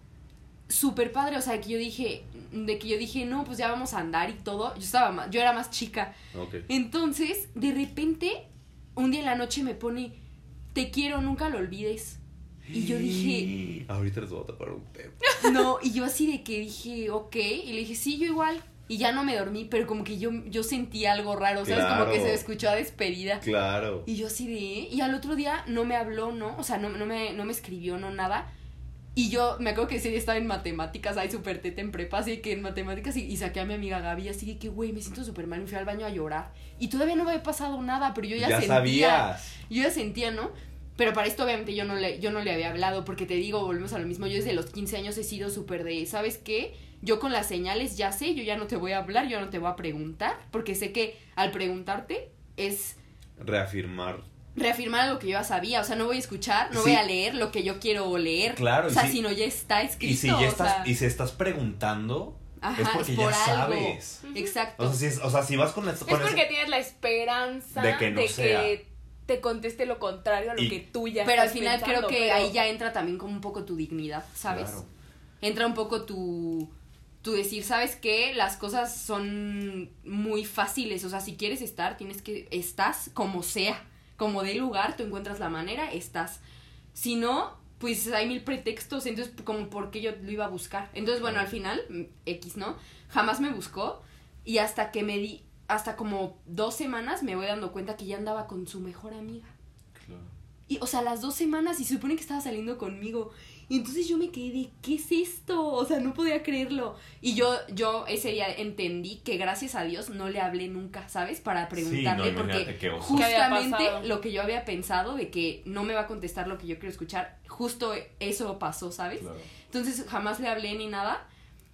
Súper padre, o sea, que yo dije, de que yo dije, no, pues ya vamos a andar y todo. Yo estaba más, yo era más chica. Okay. Entonces, de repente, un día en la noche me pone, te quiero, nunca lo olvides. Y yo dije... Ahorita les voy a tapar un tema. No, y yo así de que dije, ok. Y le dije, sí, yo igual. Y ya no me dormí, pero como que yo, yo sentí algo raro, ¿sabes? Claro. Como que se me escuchó a despedida. Claro. Y yo así de... Y al otro día no me habló, ¿no? O sea, no, no, me, no me escribió, no nada. Y yo me acuerdo que ese día estaba en matemáticas, ahí súper teta en prepa, así que en matemáticas, y, y saqué a mi amiga Gaby, así de que, güey, me siento súper mal, me fui al baño a llorar. Y todavía no me había pasado nada, pero yo ya, ya sentía... sabías. Yo ya sentía, ¿no? Pero para esto obviamente yo no le, yo no le había hablado, porque te digo, volvemos a lo mismo, yo desde los quince años he sido súper de, ¿sabes qué? Yo con las señales ya sé, yo ya no te voy a hablar, yo no te voy a preguntar, porque sé que al preguntarte es... Reafirmar. Reafirmar algo que yo ya sabía, o sea, no voy a escuchar, no sí. voy a leer lo que yo quiero leer. Claro. O sea, si, si no ya está escrito. Y si ya estás, o sea, y si estás preguntando, Ajá, es porque es por ya algo. sabes. Uh-huh. Exacto. O sea, si, es, o sea, si vas con... La, con es porque ese... tienes la esperanza de que no de sea. que te conteste lo contrario a lo y, que tú ya pero estás al final pensando, creo que pero... ahí ya entra también como un poco tu dignidad, ¿sabes? Claro. Entra un poco tu... tu decir, ¿sabes qué? Las cosas son muy fáciles, o sea, si quieres estar, tienes que... Estás como sea, como de lugar, tú encuentras la manera, estás. Si no, pues hay mil pretextos, entonces como por qué yo lo iba a buscar. Entonces, bueno, al final, X, ¿no? Jamás me buscó y hasta que me di... Hasta como dos semanas me voy dando cuenta que ya andaba con su mejor amiga. Claro. Y, o sea, las dos semanas y se supone que estaba saliendo conmigo. Y entonces yo me quedé de, ¿qué es esto? O sea, no podía creerlo. Y yo, yo ese día entendí que gracias a Dios no le hablé nunca, ¿sabes? Para preguntarle, sí, no, porque que justamente lo que yo había pensado de que no me va a contestar lo que yo quiero escuchar, justo eso pasó, ¿sabes? Claro. Entonces jamás le hablé ni nada.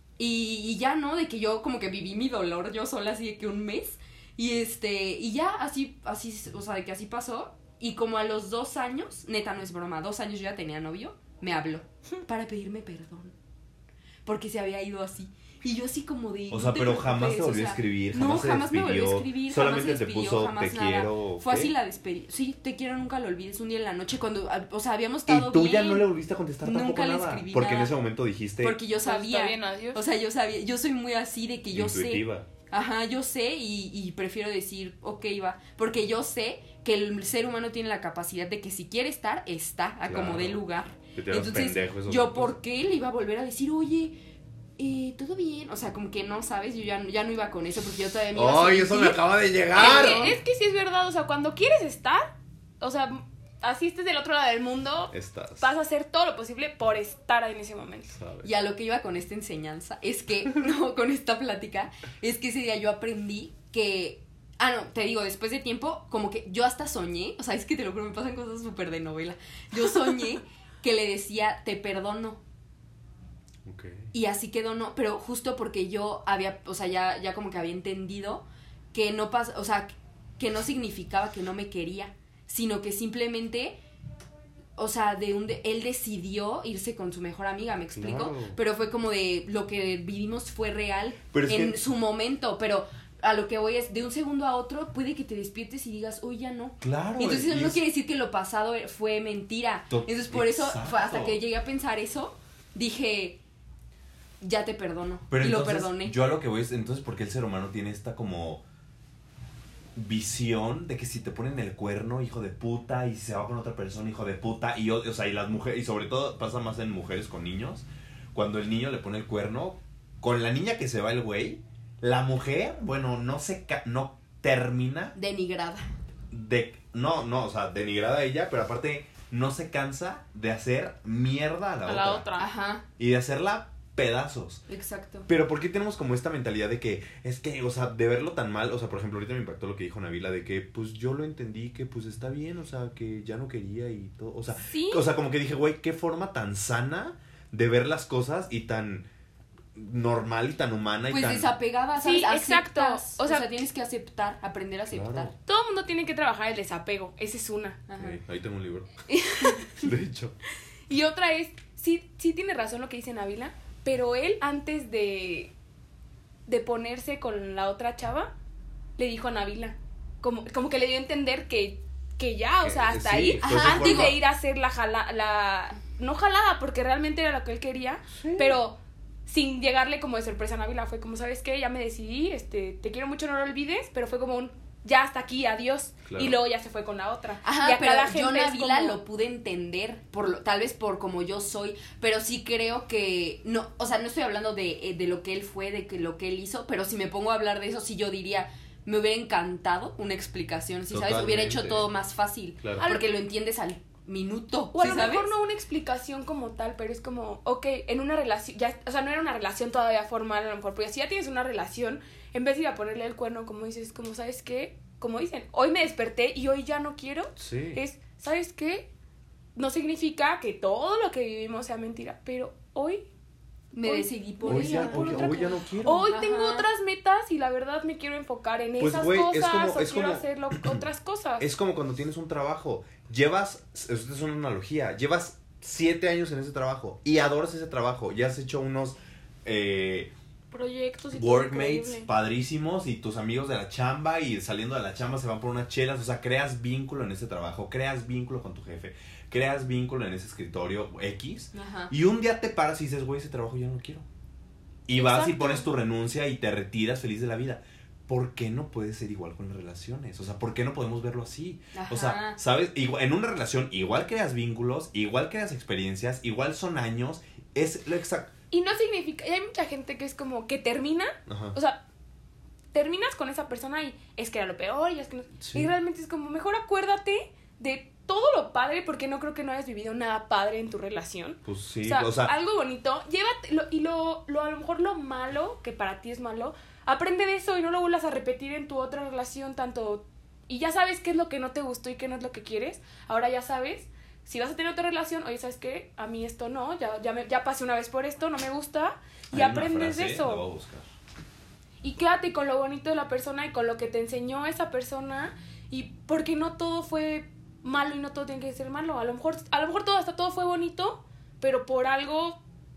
Y, y ya, ¿no? De que yo como que viví mi dolor yo sola así de que un mes. Y este, y ya así, así, o sea, de que así pasó. Y como a los dos años, neta no es broma, dos años yo ya tenía novio, me habló para pedirme perdón. Porque se había ido así. Y yo así como de... O sea, no pero jamás te volvió o sea, a escribir, jamás no, se jamás despidió. me volvió a escribir, solamente jamás se despidió, te puso jamás te nada. quiero. Fue ¿qué? así la despedida. Sí, te quiero, nunca lo olvides, un día en la noche cuando, o sea, habíamos estado bien. Y tú bien. ya no le volviste a contestar Nunca tampoco le nada. escribí Porque nada. en ese momento dijiste... Porque yo sabía. Está bien, adiós. O sea, yo sabía, yo soy muy así de que yo intuitiva. sé. Ajá, yo sé y, y prefiero decir, ok, va. Porque yo sé que el ser humano tiene la capacidad de que si quiere estar, está, a Claro. como dé lugar. Que te Entonces, pendejo, eso yo, no ¿por qué le iba a volver a decir, oye, eh, todo bien? O sea, como que no, ¿sabes? Yo ya, ya no iba con eso porque yo todavía me iba a ¡Ay, sentir... eso me acaba de llegar! Es que, es que sí es verdad, o sea, cuando quieres estar, o sea, así estés del otro lado del mundo, Estás. vas a hacer todo lo posible por estar en ese momento. ¿Sabes? Y a lo que iba con esta enseñanza es que, no, con esta plática, es que ese día yo aprendí que... Ah, no, te digo, después de tiempo, como que yo hasta soñé, o sea, es que te lo juro, me pasan cosas súper de novela. Yo soñé que le decía, te perdono. Okay. Y así quedó, no, pero justo porque yo había, o sea, ya, ya como que había entendido que no pasa, o sea, que no significaba que no me quería, sino que simplemente o sea, de un de, él decidió irse con su mejor amiga, ¿me explico? Claro. Pero fue como de lo que vivimos fue real Pero es en que- su momento, pero a lo que voy es, de un segundo a otro puede que te despiertes y digas, uy, ya no. Claro. Y entonces y no es- quiere decir que lo pasado fue mentira. To- Entonces por eso, Exacto. fue hasta que llegué a pensar eso, dije, ya te perdono. Pero y lo entonces, perdoné. yo a lo que voy es, entonces, ¿por qué el ser humano tiene esta como visión de que si te ponen el cuerno, hijo de puta, y si se va con otra persona, hijo de puta, y, o, o sea, y las mujeres, y sobre todo pasa más en mujeres con niños, cuando el niño le pone el cuerno, con la niña que se va el güey, la mujer, bueno, no se, ca- no termina Denigrada. de, no, no, o sea, denigrada a ella, pero aparte no se cansa de hacer mierda a la, A otra, la otra. Ajá, y de hacerla pedazos. exacto. Pero ¿por qué tenemos como esta mentalidad de que es que, o sea, de verlo tan mal? O sea, por ejemplo, ahorita me impactó lo que dijo Nabila de que, pues, yo lo entendí que, pues, está bien, o sea, que ya no quería y todo, o sea, Sí. o sea, como que dije, güey, qué forma tan sana de ver las cosas y tan normal y tan humana y Pues tan... desapegada, Sí, ¿sabes? exacto. Aceptas. O O sea, sea, tienes que aceptar, aprender a aceptar. Claro. Todo el mundo tiene que trabajar el desapego. Esa es una. Ajá. Sí, ahí tengo un libro. De hecho. Y otra es, sí, sí tiene razón lo que dice Nabila, pero él antes de, de ponerse con la otra chava, le dijo a Nabila, como, como que le dio a entender que, que ya, o Que- sea, hasta sí, ahí, fue su antes forma. de ir a hacer la jala, la, no jalada, porque realmente era lo que él quería, pero sin llegarle como de sorpresa a Nabila, fue como, ¿sabes qué? Ya me decidí, este, te quiero mucho, no lo olvides, pero fue como un, ya hasta aquí, adiós, Claro. y luego ya se fue con la otra. Ajá, y acá pero la yo gente es Nabila como- lo pude entender, por lo, tal vez por como yo soy, pero sí creo que, no, o sea, no estoy hablando de, eh, de lo que él fue, de que lo que él hizo, pero si me pongo a hablar de eso, sí yo diría, me hubiera encantado una explicación, si sabes, hubiera hecho Totalmente. todo más fácil, Claro. porque lo entiendes al minuto, O a ¿sí lo sabes? mejor no una explicación como tal, pero es como, ok, en una relación, ya, o sea, no era una relación todavía formal a lo mejor, pero si ya tienes una relación, en vez de ir a ponerle el cuerno, como dices, como, ¿sabes qué? Como dicen, hoy me desperté y hoy ya no quiero, Sí. es, ¿sabes qué? No significa que todo lo que vivimos sea mentira, pero hoy, Me Hoy- decidí por Hoy ella. ya, por hoy, otra hoy ya cosa. no quiero. hoy Ajá. tengo otras metas y la verdad me quiero enfocar en Pues, esas güey, es cosas como- o es quiero como- hacer lo- otras cosas. Es como cuando tienes un trabajo. Llevas, esto es una analogía, llevas siete años en ese trabajo y adoras ese trabajo. Ya has hecho unos eh, Proyectos y todo workmates increíble. padrísimos y tus amigos de la chamba y saliendo de la chamba se van por unas chelas. O sea, creas vínculo en ese trabajo, creas vínculo con tu jefe, creas vínculo en ese escritorio X. Ajá. Y un día te paras y dices, güey, ese trabajo ya no lo quiero. Y vas y Exacto. pones tu renuncia y te retiras feliz de la vida. ¿Por qué no puede ser igual con las relaciones? O sea, ¿por qué no podemos verlo así? O sea, Ajá. ¿sabes? Igual- en una relación igual creas vínculos, igual creas experiencias, igual son años. Es lo exacto. Y no significa, y hay mucha gente que es como que termina, Ajá. o sea, terminas con esa persona y es que era lo peor y es que no, Sí. y realmente es como, mejor acuérdate de todo lo padre porque no creo que no hayas vivido nada padre en tu relación. Pues sí, o, sea, o sea, algo bonito, llévatelo y lo, lo, a lo mejor lo malo, que para ti es malo, aprende de eso y no lo vuelvas a repetir en tu otra relación tanto, y ya sabes qué es lo que no te gustó y qué no es lo que quieres, ahora ya sabes, si vas a tener otra relación, oye, ¿sabes qué? A mí esto no, ya, ya, me, ya pasé una vez por esto, no me gusta, y hay una aprendes frase, de eso. la voy a buscar. Y quédate con lo bonito de la persona y con lo que te enseñó esa persona. Y porque no todo fue malo y no todo tiene que ser malo. A lo mejor, a lo mejor todo, hasta todo fue bonito, pero por algo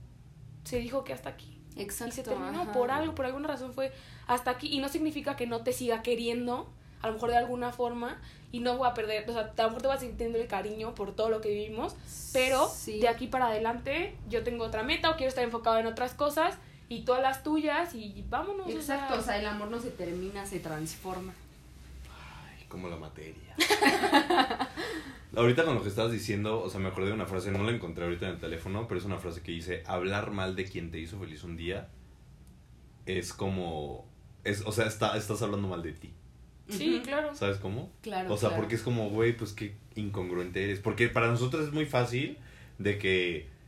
se dijo que hasta aquí. Exacto. Y se terminó ajá. por algo, por alguna razón fue hasta aquí. Y no significa que no te siga queriendo, a lo mejor de alguna forma. Y no voy a perder, o sea, a lo mejor te vas sintiendo el cariño por todo lo que vivimos. Pero Sí. de aquí para adelante yo tengo otra meta o quiero estar enfocado en otras cosas. Y todas las tuyas y vámonos. Exacto, o o sea, sea, el amor no se termina, se transforma. Ay, como la materia. Ahorita con lo que estabas diciendo, o sea, me acordé de una frase, no la encontré ahorita en el teléfono, pero es una frase que dice, hablar mal de quien te hizo feliz un día es como, es, o sea, está, estás hablando mal de ti. Sí, Ujú. claro. ¿Sabes cómo? Claro. O sea, claro. porque es como, güey, pues qué incongruente eres. Porque para nosotros es muy fácil de que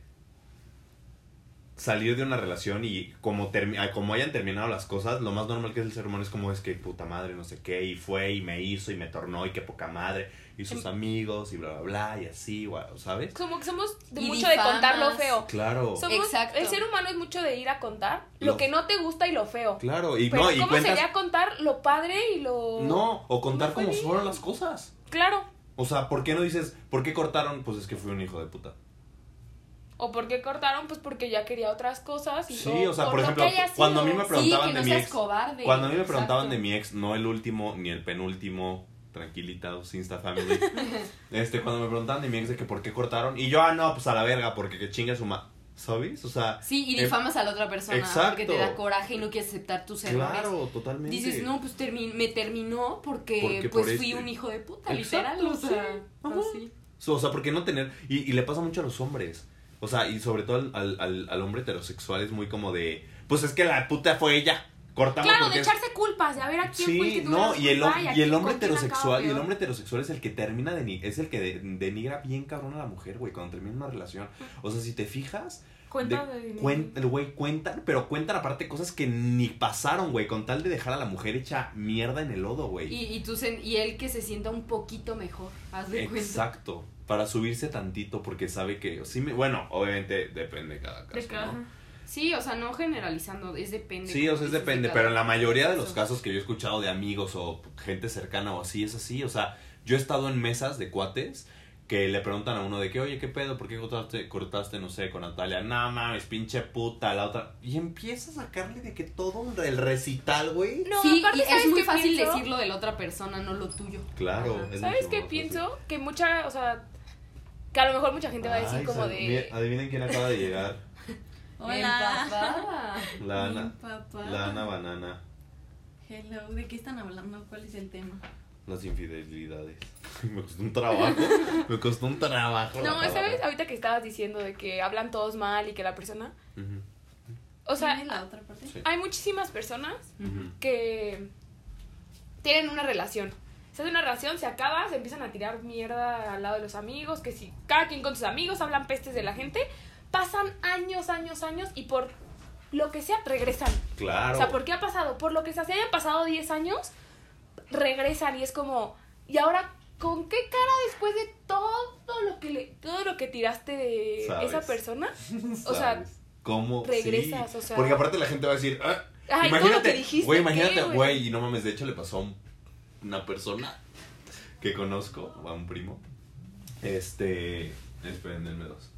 salir de una relación y como, termi- ah, como hayan terminado las cosas, lo más normal que es el ser humano es como es que puta madre, no sé qué, y fue y me hizo y me tornó y qué poca madre, y sus amigos y bla, bla, bla, y así, guau, ¿sabes? Como que somos de Y mucho de contar lo difamas. feo. Claro, Somos, Exacto. El ser humano es mucho de ir a contar lo, Lo- que no te gusta y lo feo. claro, y Pero no, y ¿cómo cuentas, sería contar lo padre y lo... no, o contar ¿Cómo fue cómo bien? fueron las cosas. Claro. O sea, ¿por qué no dices, ¿por qué cortaron? Pues es que fui un hijo de puta. ¿O por qué cortaron? Pues porque ya quería otras cosas. Y Sí, o sea, por lo ejemplo, que haya sido. cuando a mí me preguntaban sí, que de no mi seas ex, cobarde. cuando a mí me preguntaban Exacto. de mi ex, no el último ni el penúltimo, tranquilitados, Insta Family. este, cuando me preguntaban de mi ex de que por qué cortaron, y yo, ah, no, pues a la verga, porque que chinga su ma... ¿Sabes? O sea... Sí, y eh, difamas a la otra persona exacto. porque te da coraje y no quieres aceptar tus errores. Claro, totalmente. Dices, no, pues termi- me terminó porque, Porque pues por fui este. un hijo de puta, Exacto, literal. O sea, sí. Ajá. así. O sea, ¿por qué no tener...? Y, y le pasa mucho a los hombres. O sea, y sobre todo al, al, al, al hombre heterosexual es muy como de... Pues es que la puta fue ella. Cortamos Claro, porque de es- echarse culpas, de a ver a quién fue el que Sí, tuvo no, la y el, culpa hom- a y el quién- hombre con quién acaba heterosexual, y el peor. hombre heterosexual es el que termina de ni- es el que de- denigra bien cabrón a la mujer, güey, cuando termina una relación. O sea, si te fijas, Cuenta de- de... cuen- el güey cuentan, pero cuentan aparte cosas que ni pasaron, güey, con tal de dejar a la mujer hecha mierda en el lodo, güey. Y, y, tú sen- y él que se sienta un poquito mejor, haz de cuenta. Exacto, para subirse tantito porque sabe que sí me, bueno, obviamente depende de cada caso, De cada- ¿no? Sí, o sea, no generalizando, es depende. Sí, o sea, es como dices, depende, de pero cada en la mayoría de los caso. casos que yo he escuchado de amigos o gente cercana o así, es así. O sea, yo he estado en mesas de cuates que le preguntan a uno de que, oye, ¿qué pedo? ¿Por qué cortaste, cortaste no sé, con Natalia? No mames, pinche puta, la otra. Y empieza a sacarle de que todo el recital, güey. No, Sí, aparte, y ¿sabes es muy qué fácil pienso? decirlo de la otra persona, no lo tuyo. Claro. Ajá. es ¿Sabes mucho qué más pienso? Que mucha, o sea, que a lo mejor mucha gente va a decir Ay, como sal- de... mira, adivinen quién acaba de llegar. Hola. Empapada. La Mi Ana, papá. la Ana Banana. Hello, ¿de qué están hablando? ¿Cuál es el tema? Las infidelidades. Me costó un trabajo. Me costó un trabajo. la No, palabra. ¿sabes? Ahorita que estabas diciendo de que hablan todos mal y que la persona... Ujú, O sea, ¿Quién es la otra parte? sí. hay muchísimas personas Ujú. que tienen una relación. Se hace una relación, se acaba, se empiezan a tirar mierda al lado de los amigos, que si cada quien con sus amigos hablan pestes de la gente, pasan años, años, años y por lo que sea regresan. Claro. O sea, ¿por qué ha pasado? Por lo que sea, si hayan pasado diez años, regresan y es como, ¿y ahora con qué cara después de todo lo que le, todo lo que tiraste de Sabes. esa persona? O sea, ¿Sabes? ¿Cómo? regresas, Sí. o sea- Porque aparte la gente va a decir, ah, Ay, todo lo que dijiste, güey, ¿qué, imagínate, güey? güey, y no mames, de hecho le pasó a un- una persona que conozco, a un primo. Este, esperen, denme dos.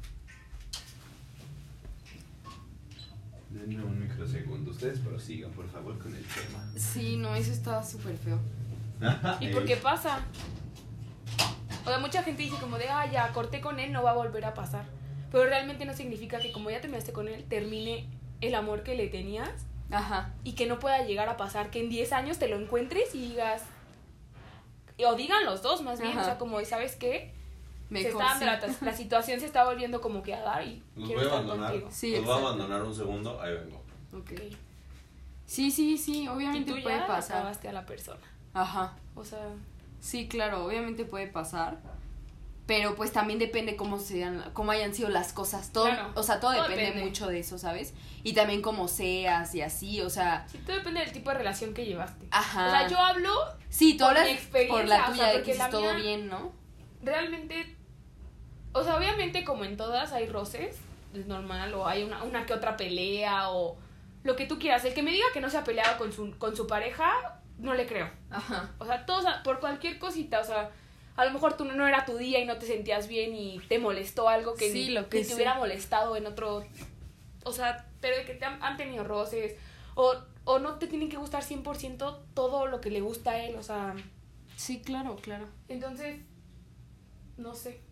Denme un microsegundo, ustedes prosigan, por favor, con el tema. Sí, no, eso estaba súper feo. ¿y por qué pasa? O sea, mucha gente dice como de, ah, ya, corté con él, no va a volver a pasar. Pero realmente no significa que como ya terminaste con él, termine el amor que le tenías Ajá. y que no pueda llegar a pasar, que en diez años te lo encuentres y digas, o digan los dos más bien, Ajá. o sea, como, ¿sabes qué? Se Mejor está sí. dando la, la situación se está volviendo como que a dar y Los quiero voy a estar abandonar. contigo. Sí, Los voy a exacto. abandonar un segundo, ahí vengo. Ok. Ok. Sí, sí, sí, Y obviamente tú puede ya pasar. acabaste a la persona. Ajá. O sea, Sí, claro, obviamente puede pasar. Pero pues también depende cómo sean, cómo hayan sido las cosas. Todo, Claro, o sea, todo, todo depende, depende. mucho de eso, ¿sabes? Y también cómo seas y así, o sea, sí, todo depende del tipo de relación que llevaste. ajá. O sea, yo hablo sí, tú por hablas mi experiencia, por la o sea, tuya de porque que la hiciste todo mía- bien, ¿no? realmente, o sea, obviamente como en todas hay roces, es normal, o hay una, una que otra pelea, o lo que tú quieras. El que me diga que no se ha peleado con su, con su pareja, no le creo. Ajá. O sea, todos, por cualquier cosita, o sea, a lo mejor tú no, no era tu día y no te sentías bien y te molestó algo que Sí, ni, lo que ni te sea. hubiera molestado en otro, o sea, pero de que te han, han tenido roces, o, o no te tienen que gustar cien por ciento todo lo que le gusta a él, o sea, Sí, claro, claro. entonces, no sé.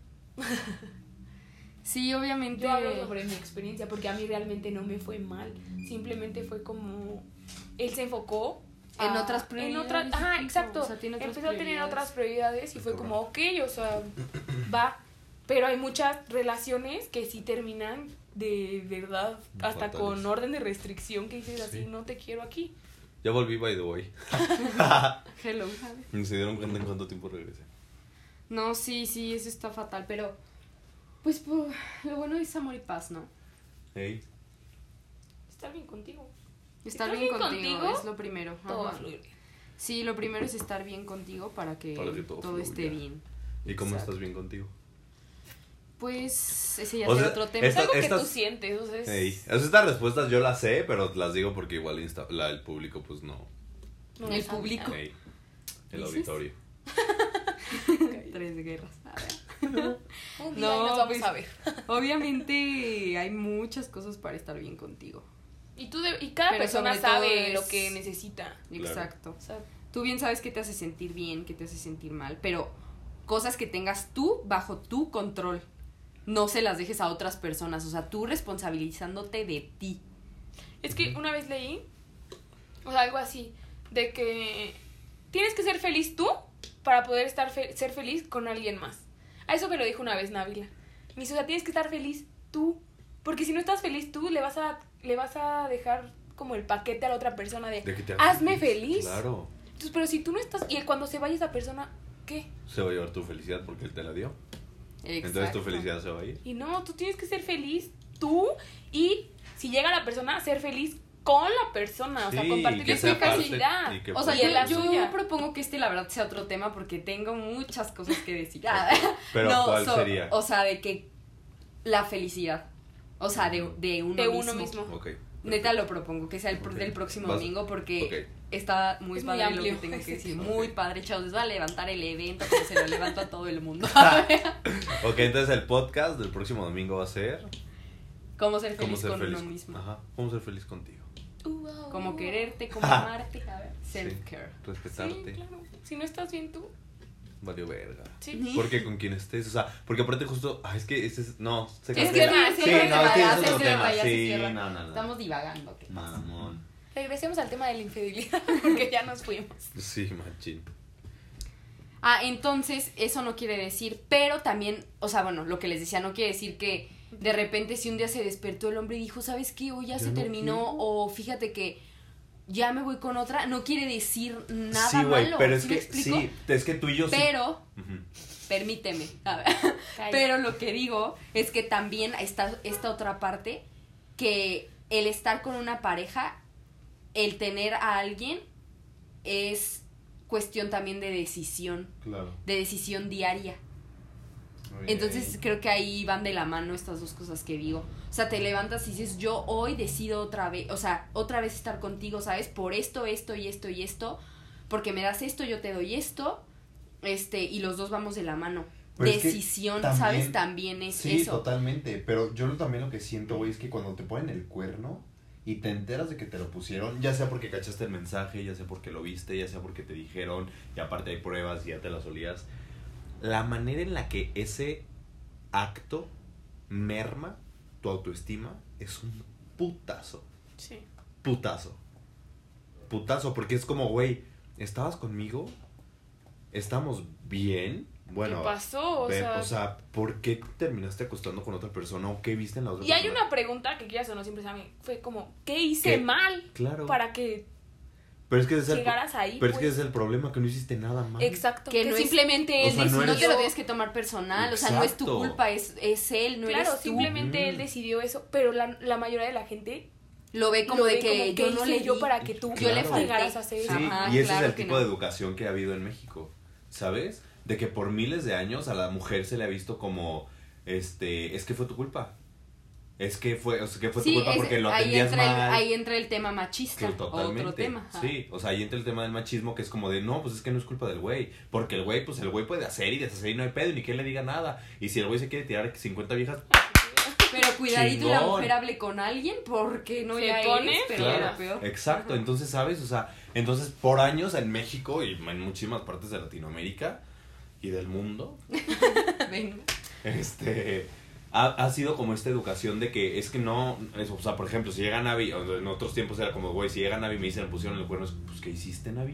Sí, obviamente. Yo hablo sobre mi experiencia porque a mí realmente no me fue mal. Simplemente fue como él se enfocó En a- otras En prioridades, otras, ajá, punto. exacto. O sea, tiene otras Empezó a tener prioridades. otras prioridades y fue Correcto. como, ok, o sea, va. Pero hay muchas relaciones que sí terminan de verdad hasta Fatales. con orden de restricción que dices así, Sí. no te quiero aquí. Ya volví, by the way. Hello. Ni se dieron cuenta en cuánto tiempo regresé. No, sí, sí, eso está fatal, pero pues, pues lo bueno es amor y paz, ¿no? Hey. Estar bien contigo. Estar estás bien bien contigo, contigo, es lo primero. Todo va a Ajá. fluir bien. Sí, lo primero es estar bien contigo para que, Para que todo todo, fluya. esté bien. ¿Y cómo Exacto. estás bien contigo? Pues ese ya O será sea, otro tema. Es Esta- algo que estas- tú sientes, o sea, es- Hey. O sea, estas respuestas yo las sé, pero las digo porque igual insta- la, el público pues no. no El lo sabes. público. Hey. El ¿Dices? auditorio. Tres guerras. A ver. Un día No, nos vamos pues, a ver. Obviamente hay muchas cosas para estar bien contigo. Y, tú de- y cada Pero persona sobre todo sabe es- lo que necesita. Claro. Exacto. O sea, Tú bien sabes qué te hace sentir bien, qué te hace sentir mal, pero cosas que tengas tú bajo tu control. No se las dejes a otras personas, o sea, tú responsabilizándote de ti. es que una vez leí, o sea, algo así, de que tienes que ser feliz tú para poder estar fe- ser feliz con alguien más. A eso me lo dijo una vez Návila. Me dice, o sea, tienes que estar feliz tú, porque si no estás feliz tú, le vas a, le vas a dejar como el paquete a la otra persona de, De que te hagas hazme feliz. Claro. Entonces, pero si tú no estás, y cuando se vaya esa persona, ¿qué? Se va a llevar tu felicidad porque él te la dio. Entonces tu felicidad se va a ir. Y no, tú tienes que ser feliz tú y si llega la persona, ser feliz con la persona, o sea, Sí, compartir que tu sea parte- felicidad. y que O sea, Y en la yo, yo suya. propongo que este la verdad sea otro tema porque tengo muchas cosas que decir. Pero No, ¿cuál so- sería? O sea, de que la felicidad, o sea, de, de uno De mismo. uno mismo. Ok. Neta lo propongo, que sea el pro- Ok. del próximo Vas- domingo porque ok. está muy Es muy padre lo amplio. que tengo que decir. Sí. Muy Ok. padre, chavos. Les va a levantar el evento como se lo levanto a todo el mundo. Ok, entonces el podcast del próximo domingo va a ser Cómo ser cómo feliz ser con feliz. uno mismo. Ajá, cómo ser feliz contigo. Uh, wow. Cómo quererte, cómo amarte. Self-care. Sí, respetarte. Sí, claro. Si no estás bien tú, Valió verga. sí. Porque con quien estés, o sea, porque aparte justo, ah, es que ese es, no, se Es cancela. que ya, sí, sí, no, se es que va, es ya otro se tema, cierra, ya se sí, cierra. no, no, no. Estamos divagando. ¿qué pasa? Mamón. Regresemos al tema de la infidelidad porque ya nos fuimos. Sí, machín. Ah, entonces, eso no quiere decir, pero también, o sea, bueno, lo que les decía, no quiere decir que de repente si un día se despertó el hombre y dijo, ¿sabes qué? Hoy ya, Ya se no terminó, quiero. o fíjate que ya me voy con otra, no quiere decir nada Sí, güey, malo, pero es ¿sí me que, explico? sí, es que tú y yo sí. Pero, Ujú. permíteme, a ver, Calla. pero lo que digo es que también está esta otra parte, que el estar con una pareja, el tener a alguien, es cuestión también de decisión, Claro. de decisión diaria. Entonces creo que ahí van de la mano estas dos cosas que digo. O sea, te levantas y dices, yo hoy decido otra vez, o sea, otra vez estar contigo, ¿sabes? Por esto, esto y esto y esto, porque me das esto, yo te doy esto, este, y los dos vamos de la mano. Pero es que Decisión, también- ¿sabes? También es Sí, eso. totalmente. Pero yo lo- también lo que siento, güey, es que cuando te ponen el cuerno y te enteras de que te lo pusieron, Ya sea porque cachaste el mensaje, ya sea porque lo viste, ya sea porque te dijeron, y aparte hay pruebas y ya te las olías. La manera en la que ese acto merma tu autoestima es un putazo. Sí. Putazo. Putazo, porque es como, güey, ¿estabas conmigo? ¿Estamos bien? Bueno, ¿Qué pasó? O ve- sea, o sea, ¿por qué terminaste acostando con otra persona o qué viste en la otra y hay persona? una pregunta que quieras o no siempre se me fue como, ¿qué hice ¿Qué? mal Claro. para que Pero es que ese es el, llegaras ahí? pero es que pues? ese es el problema, que no hiciste nada mal. Exacto. Que Que, no es- simplemente o él sea, no decidió. No eres- te lo tienes que tomar personal, o sea, no es tu Exacto. culpa, es, es él, no Claro, eres tú. simplemente Mm. él decidió eso, pero la, la mayoría de la gente Lo ve como lo de ve que como, yo ¿qué no hice le yo di? para que tú Yo le falté. llegaras a hacer Sí, eso? Ajá, y ese claro es el que tipo no. de educación que ha habido en México, ¿sabes? De que por miles de años a la mujer se le ha visto como, este, es que fue tu culpa. Es que fue, o sea, que fue tu Sí, culpa es- porque lo ahí, atendías entra el, mal. ahí entra el tema machista, Que totalmente. otro tema. ajá. Sí, o sea, ahí entra el tema del machismo que es como de, no, pues es que no es culpa del güey. Porque el güey, pues el güey puede hacer y deshacer y no hay pedo, ni que él le diga nada. Y si el güey se quiere tirar cincuenta viejas, Pero cuidadito y la Chingón. mujer hable con alguien porque no Se ya pone eres, pero claro, era peor. exacto. Entonces, ¿sabes? O sea, entonces por años en México y en muchísimas partes de Latinoamérica y del mundo, Venga. este ha, ha sido como esta educación de que es que no, es, o sea, por ejemplo, si llega Navi, o en otros tiempos era como, güey, si llega Navi y me dicen, me pusieron el cuerno, es, pues, ¿qué hiciste, Navi?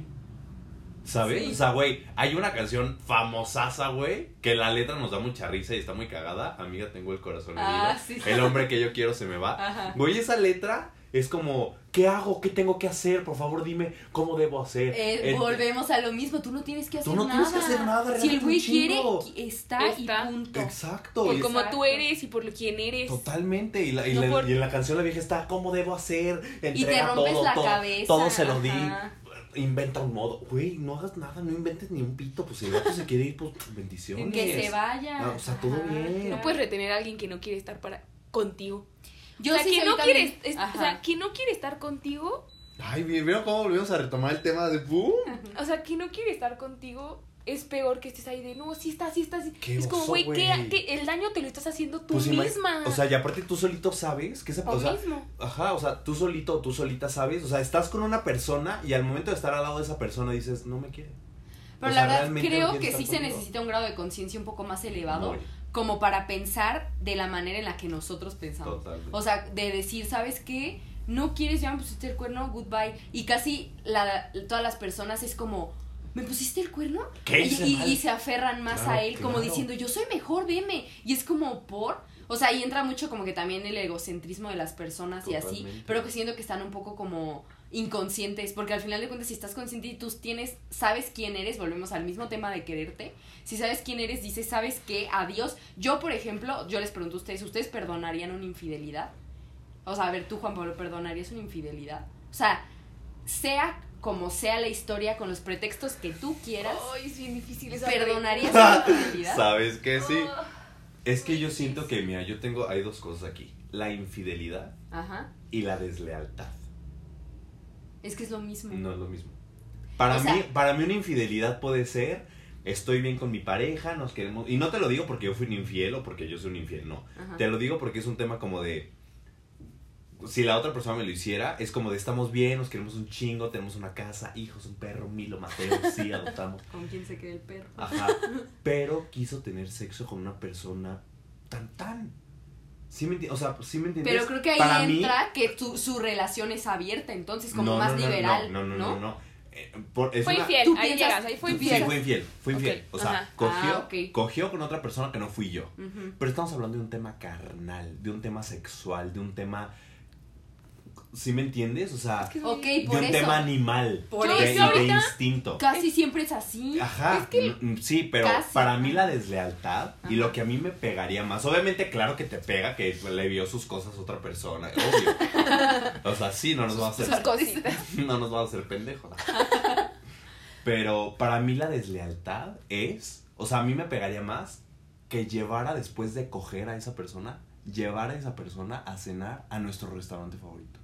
¿Sabes? Sí. O sea, güey, hay una canción famosaza, güey, que la letra nos da mucha risa y está muy cagada. Amiga, tengo el corazón Ah, herido. sí. El hombre que yo quiero se me va. Ajá. Güey, esa letra es como, ¿qué hago? ¿Qué tengo que hacer? Por favor, dime cómo debo hacer. Eh, El- volvemos a lo mismo, tú no tienes que hacer Tú no nada. tienes que hacer nada, Si el relájate güey un quiere, chingo. qui- está, Está. y punto. Exacto. Por y es- como Exacto. tú eres y por quién eres. Totalmente. Y, la- y No la- por- y en la canción la vieja está, ¿cómo debo hacer? Y te Entrega rompes todo, la todo, cabeza. Todo se lo di. ajá. Inventa un modo. Güey, no hagas nada, no inventes ni un pito. Pues si el gato se quiere ir, pues bendiciones. Que se vaya. Ah, o sea, todo bien. No claro. puedes retener a alguien que no quiere estar para contigo. Yo o sea, sí que soy no también- quiere, es- o ajá. sea, que no quiere estar contigo, Ay, ¿vieron cómo volvimos a retomar el tema de boom? o sea, que no quiere estar contigo, es peor que estés ahí de, no, sí está, sí está, sí. Qué Es como, oso, güey, güey. ¿qué, qué- el daño te lo estás haciendo tú Pues ima- misma. O sea, y aparte tú solito sabes que esa O o sea, mismo. ajá, o sea, tú solito o tú solita sabes, o sea, estás con una persona y al momento de estar al lado de esa persona dices, no me quiere. Pero O la sea, verdad realmente no creo quiere que estar sí se contigo. necesita un grado de conciencia un poco más elevado Muy. como para pensar de la manera en la que nosotros pensamos. Totalmente. O sea, de decir, ¿sabes qué? No quieres, ya me pusiste el cuerno, goodbye. Y casi la, todas las personas es como, ¿me pusiste el cuerno? ¿Qué Y, hice y- mal? y se aferran más Claro, a él, como claro. diciendo, yo soy mejor, veme. Y es como, ¿por? O sea, ahí entra mucho como que también el egocentrismo de las personas y así. Totalmente. Pero que siento que están un poco como inconscientes, porque al final de cuentas si estás consciente y tú tienes, sabes quién eres, volvemos al mismo tema de quererte, si sabes quién eres, dices, ¿sabes qué? Adiós. Yo, por ejemplo, yo les pregunto a ustedes, ¿ustedes perdonarían una infidelidad? O sea, a ver, tú, Juan Pablo, ¿perdonarías una infidelidad? O sea, sea como sea la historia, con los pretextos que tú quieras, Ay, es bien difícil esa ¿perdonarías una infidelidad? ¿Sabes qué? Sí. Ah. Es que yo siento que, mira, yo tengo, hay dos cosas aquí. La infidelidad Ajá. y la deslealtad. Es que es lo mismo. No es lo mismo. Para O sea- mí, para mí una infidelidad puede ser, estoy bien con mi pareja, nos queremos... Y no te lo digo porque yo fui un infiel o porque yo soy un infiel, no. Ajá. Te lo digo porque es un tema como de... Si la otra persona me lo hiciera, es como de estamos bien, nos queremos un chingo, tenemos una casa, hijos, un perro, Milo, Mateo, sí, adoptamos. ¿Con quién se queda el perro? Ajá. Pero quiso tener sexo con una persona tan tan. ¿Sí me enti- O sea, ¿sí me entiendes? Pero creo que ahí Para mí- entra que tu, su relación es abierta, entonces como No, más no, no, liberal, No, no, no, no. no. Eh, por- es Fue una- infiel, ¿Tú ahí piensas- llegas, ahí fue tú infiel. Sí, fue infiel, fue infiel. Ok, O sea, ajá. cogió, Ah, ok. cogió con otra persona que no fui yo. Ujú. Pero estamos hablando de un tema carnal, de un tema sexual, de un tema... ¿Sí me entiendes? O sea, Es que- Ok, de por un eso. tema animal, Por de, eso. y de ahorita- instinto. Casi siempre es así. Ajá, Es que- mm, mm, sí, pero Casi. para mí la deslealtad y Ajá. lo que a mí me pegaría más, obviamente claro que te pega que le vio sus cosas a otra persona, obvio. O sea, sí, no nos va a Sus hacer, cositas. no nos va a hacer pendejos. Pero para mí la deslealtad es, o sea, a mí me pegaría más que llevara después de coger a esa persona, llevar a esa persona a cenar a nuestro restaurante favorito.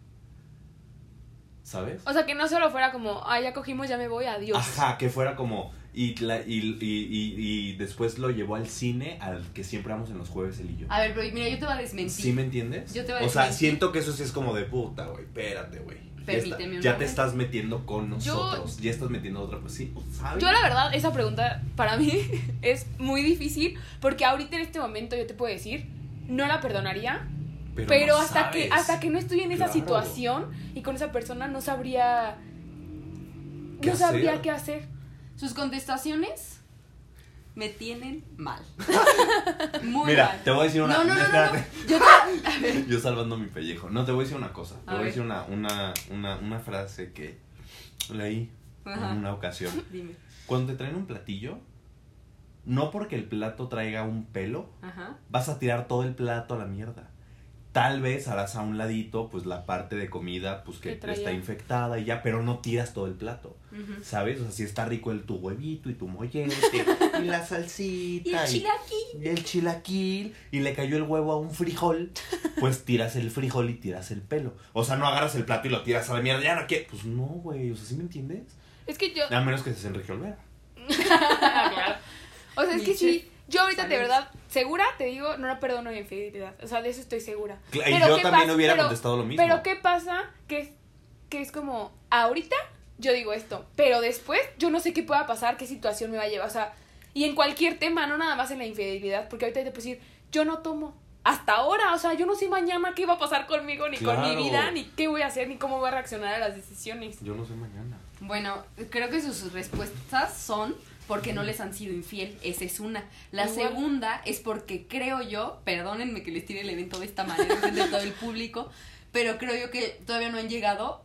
¿Sabes? O sea, que no solo fuera como, ah, ya cogimos, ya me voy, adiós. Ajá, que fuera como. Y, la, y, y, y, y después lo llevó al cine al que siempre vamos en los jueves él y yo. A ver, pero mira, yo te voy a desmentir. ¿Sí me entiendes? Yo te voy a O sea, desmentir. siento que eso sí es como de puta, güey. Espérate, güey. Ya, Permíteme está- un ya te momento. estás metiendo con nosotros. Ya estás metiendo a otra persona. Sí, ¿sabes? Yo la verdad, esa pregunta para mí es muy difícil porque ahorita en este momento yo te puedo decir, no la perdonaría, pero, no hasta que sabes. hasta que no estoy en esa Claro. situación y con esa persona no sabría ¿Qué no sabría hacer? qué hacer. Sus contestaciones me tienen mal. Muy Mira, mal. te voy a decir una. No, no, no, no, espérate. no. Yo te... A ver. Yo salvando mi pellejo. No, te voy a decir una cosa. Te A voy a ver. decir una, una, una, una frase que leí Ajá. en una ocasión. Dime. Cuando te traen un platillo, no porque el plato traiga un pelo, Ajá. vas a tirar todo el plato a la mierda. Tal vez harás a un ladito, pues la parte de comida, pues que Que traía. está infectada y ya, pero no tiras todo el plato. Ujú. ¿Sabes? O sea, si está rico el tu huevito y tu mollete y la salsita Y el chilaquil. y el chilaquil y le cayó el huevo a un frijol, pues tiras el frijol y tiras el pelo. O sea, no agarras el plato y lo tiras a la mierda, ya no quiero. Pues no, güey, o sea, ¿sí me entiendes? Es que yo A menos que se Enrique Olvera. claro. O sea, es que Nietzsche. sí, yo ahorita de ¿Sabes? verdad, segura, te digo, no la perdono la infidelidad. O sea, de eso estoy segura. Cla- Y Pero yo ¿qué también pasa? hubiera Pero- contestado lo mismo. Pero ¿qué pasa? Que es, que es como, ahorita yo digo esto, pero después yo no sé qué pueda pasar, qué situación me va a llevar. O sea, y en cualquier tema, no nada más en la infidelidad, porque ahorita te puedo decir, yo no tomo. Hasta ahora, o sea, yo no sé mañana qué va a pasar conmigo, ni con Claro. mi vida, ni qué voy a hacer, ni cómo voy a reaccionar a las decisiones. Yo no sé mañana. Bueno, creo que sus respuestas son porque no les han sido infiel. Esa es una. La Igual. segunda es porque creo yo, perdónenme que les tire el evento de esta manera frente a todo el público, pero creo yo que todavía no han llegado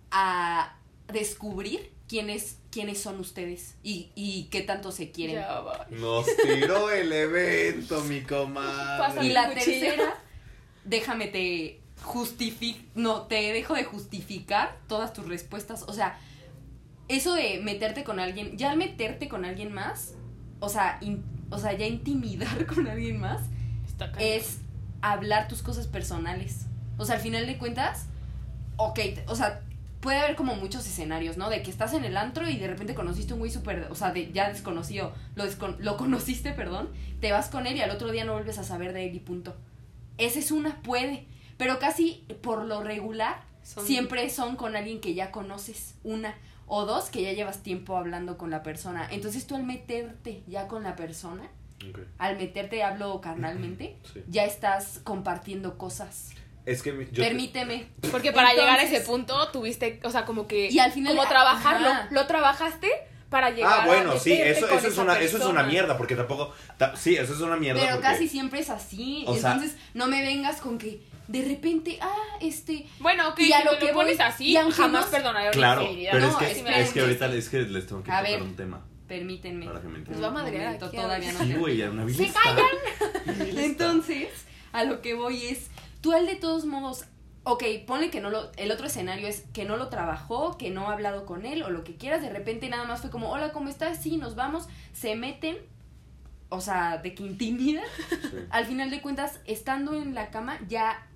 a descubrir quiénes, quiénes son ustedes y, y qué tanto se quieren. Ya va. Nos tiró el evento, mi comadre. Pásame Y la el cuchillo. tercera, déjame te justific, no, te dejo de justificar todas tus respuestas. O sea, eso de meterte con alguien, ya al meterte con alguien más, o sea, in- o sea, ya intimidar con alguien más, Está cañón. es hablar tus cosas personales. O sea, al final de cuentas, ok, te- o sea, puede haber como muchos escenarios, ¿no? De que estás en el antro y de repente conociste un güey súper, o sea, de, ya desconocido, lo, descon- lo conociste, perdón, te vas con él y al otro día no vuelves a saber de él y punto. Esa es una, puede, pero casi por lo regular Son- siempre son con alguien que ya conoces, una, o dos, que ya llevas tiempo hablando con la persona. Entonces tú al meterte ya con la persona, Okay. al meterte, hablo carnalmente, Sí. ya estás compartiendo cosas. Es que mi- yo te- Permíteme. Porque para llegar a Entonces- ese punto tuviste, o sea, como que... Y al final- Como trabajarlo. ajá. Lo trabajaste para llegar Ah, bueno, a sí, meterte eso, con eso, es esa una, eso es una persona. mierda, porque tampoco... ta- sí, eso es una mierda Pero porque... casi siempre es así. O sea- Entonces, no me vengas con que de repente, ah, este... Bueno, ok, Y si a me lo lo que pones voy- así, y aunque jamás no- perdonaré una Claro, infidelidad. pero No, es que, espérenme. es que ahorita es que les tengo que A tocar ver. un tema. Permítanme. Ahora que me entiendo. Nos va a madrear Momento, aquí, todavía no Sí, te- güey, Ana ¡Se está. callan! Entonces, a lo que voy es, tú al de todos modos, ok, ponle que no lo, el otro escenario es que no lo trabajó, que no ha hablado con él o lo que quieras, de repente nada más fue como, hola, ¿cómo estás? Sí, nos vamos, se meten, o sea, de que intimidan. Sí. Al final de cuentas, estando en la cama, ya,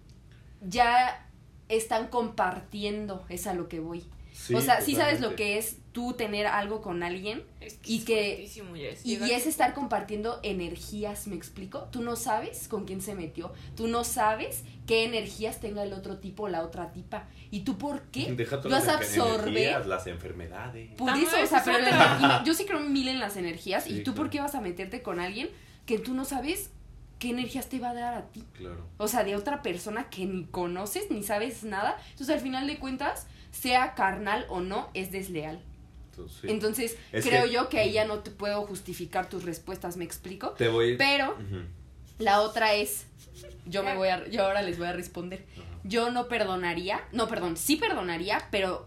ya están compartiendo, es a lo que voy. Sí, o sea, sí sabes lo totalmente. que es tú tener algo con alguien Es que y es que fuertísimo, ya es y, llegar- y es estar compartiendo energías, ¿me explico? Tú no sabes con quién se metió, tú no sabes qué energías tenga el otro tipo o la otra tipa. ¿Y tú por qué Deja todas vas a las absorber? energías, las enfermedades. Por También eso, o sea, es pero la otra. energía- yo sí creo mil en las energías. Sí, ¿Y tú claro. por qué vas a meterte con alguien que tú no sabes qué energías te va a dar a ti? Claro. O sea, de otra persona que ni conoces, ni sabes nada. Entonces, al final de cuentas, sea carnal o no, es desleal. Entonces, sí. Entonces, Es creo que- yo que ahí ya no te puedo justificar tus respuestas, ¿me explico? Te voy... Pero Ujú. la otra es, yo me voy a, yo ahora les voy a responder. Ajá. Yo no perdonaría, no, perdón, sí perdonaría, pero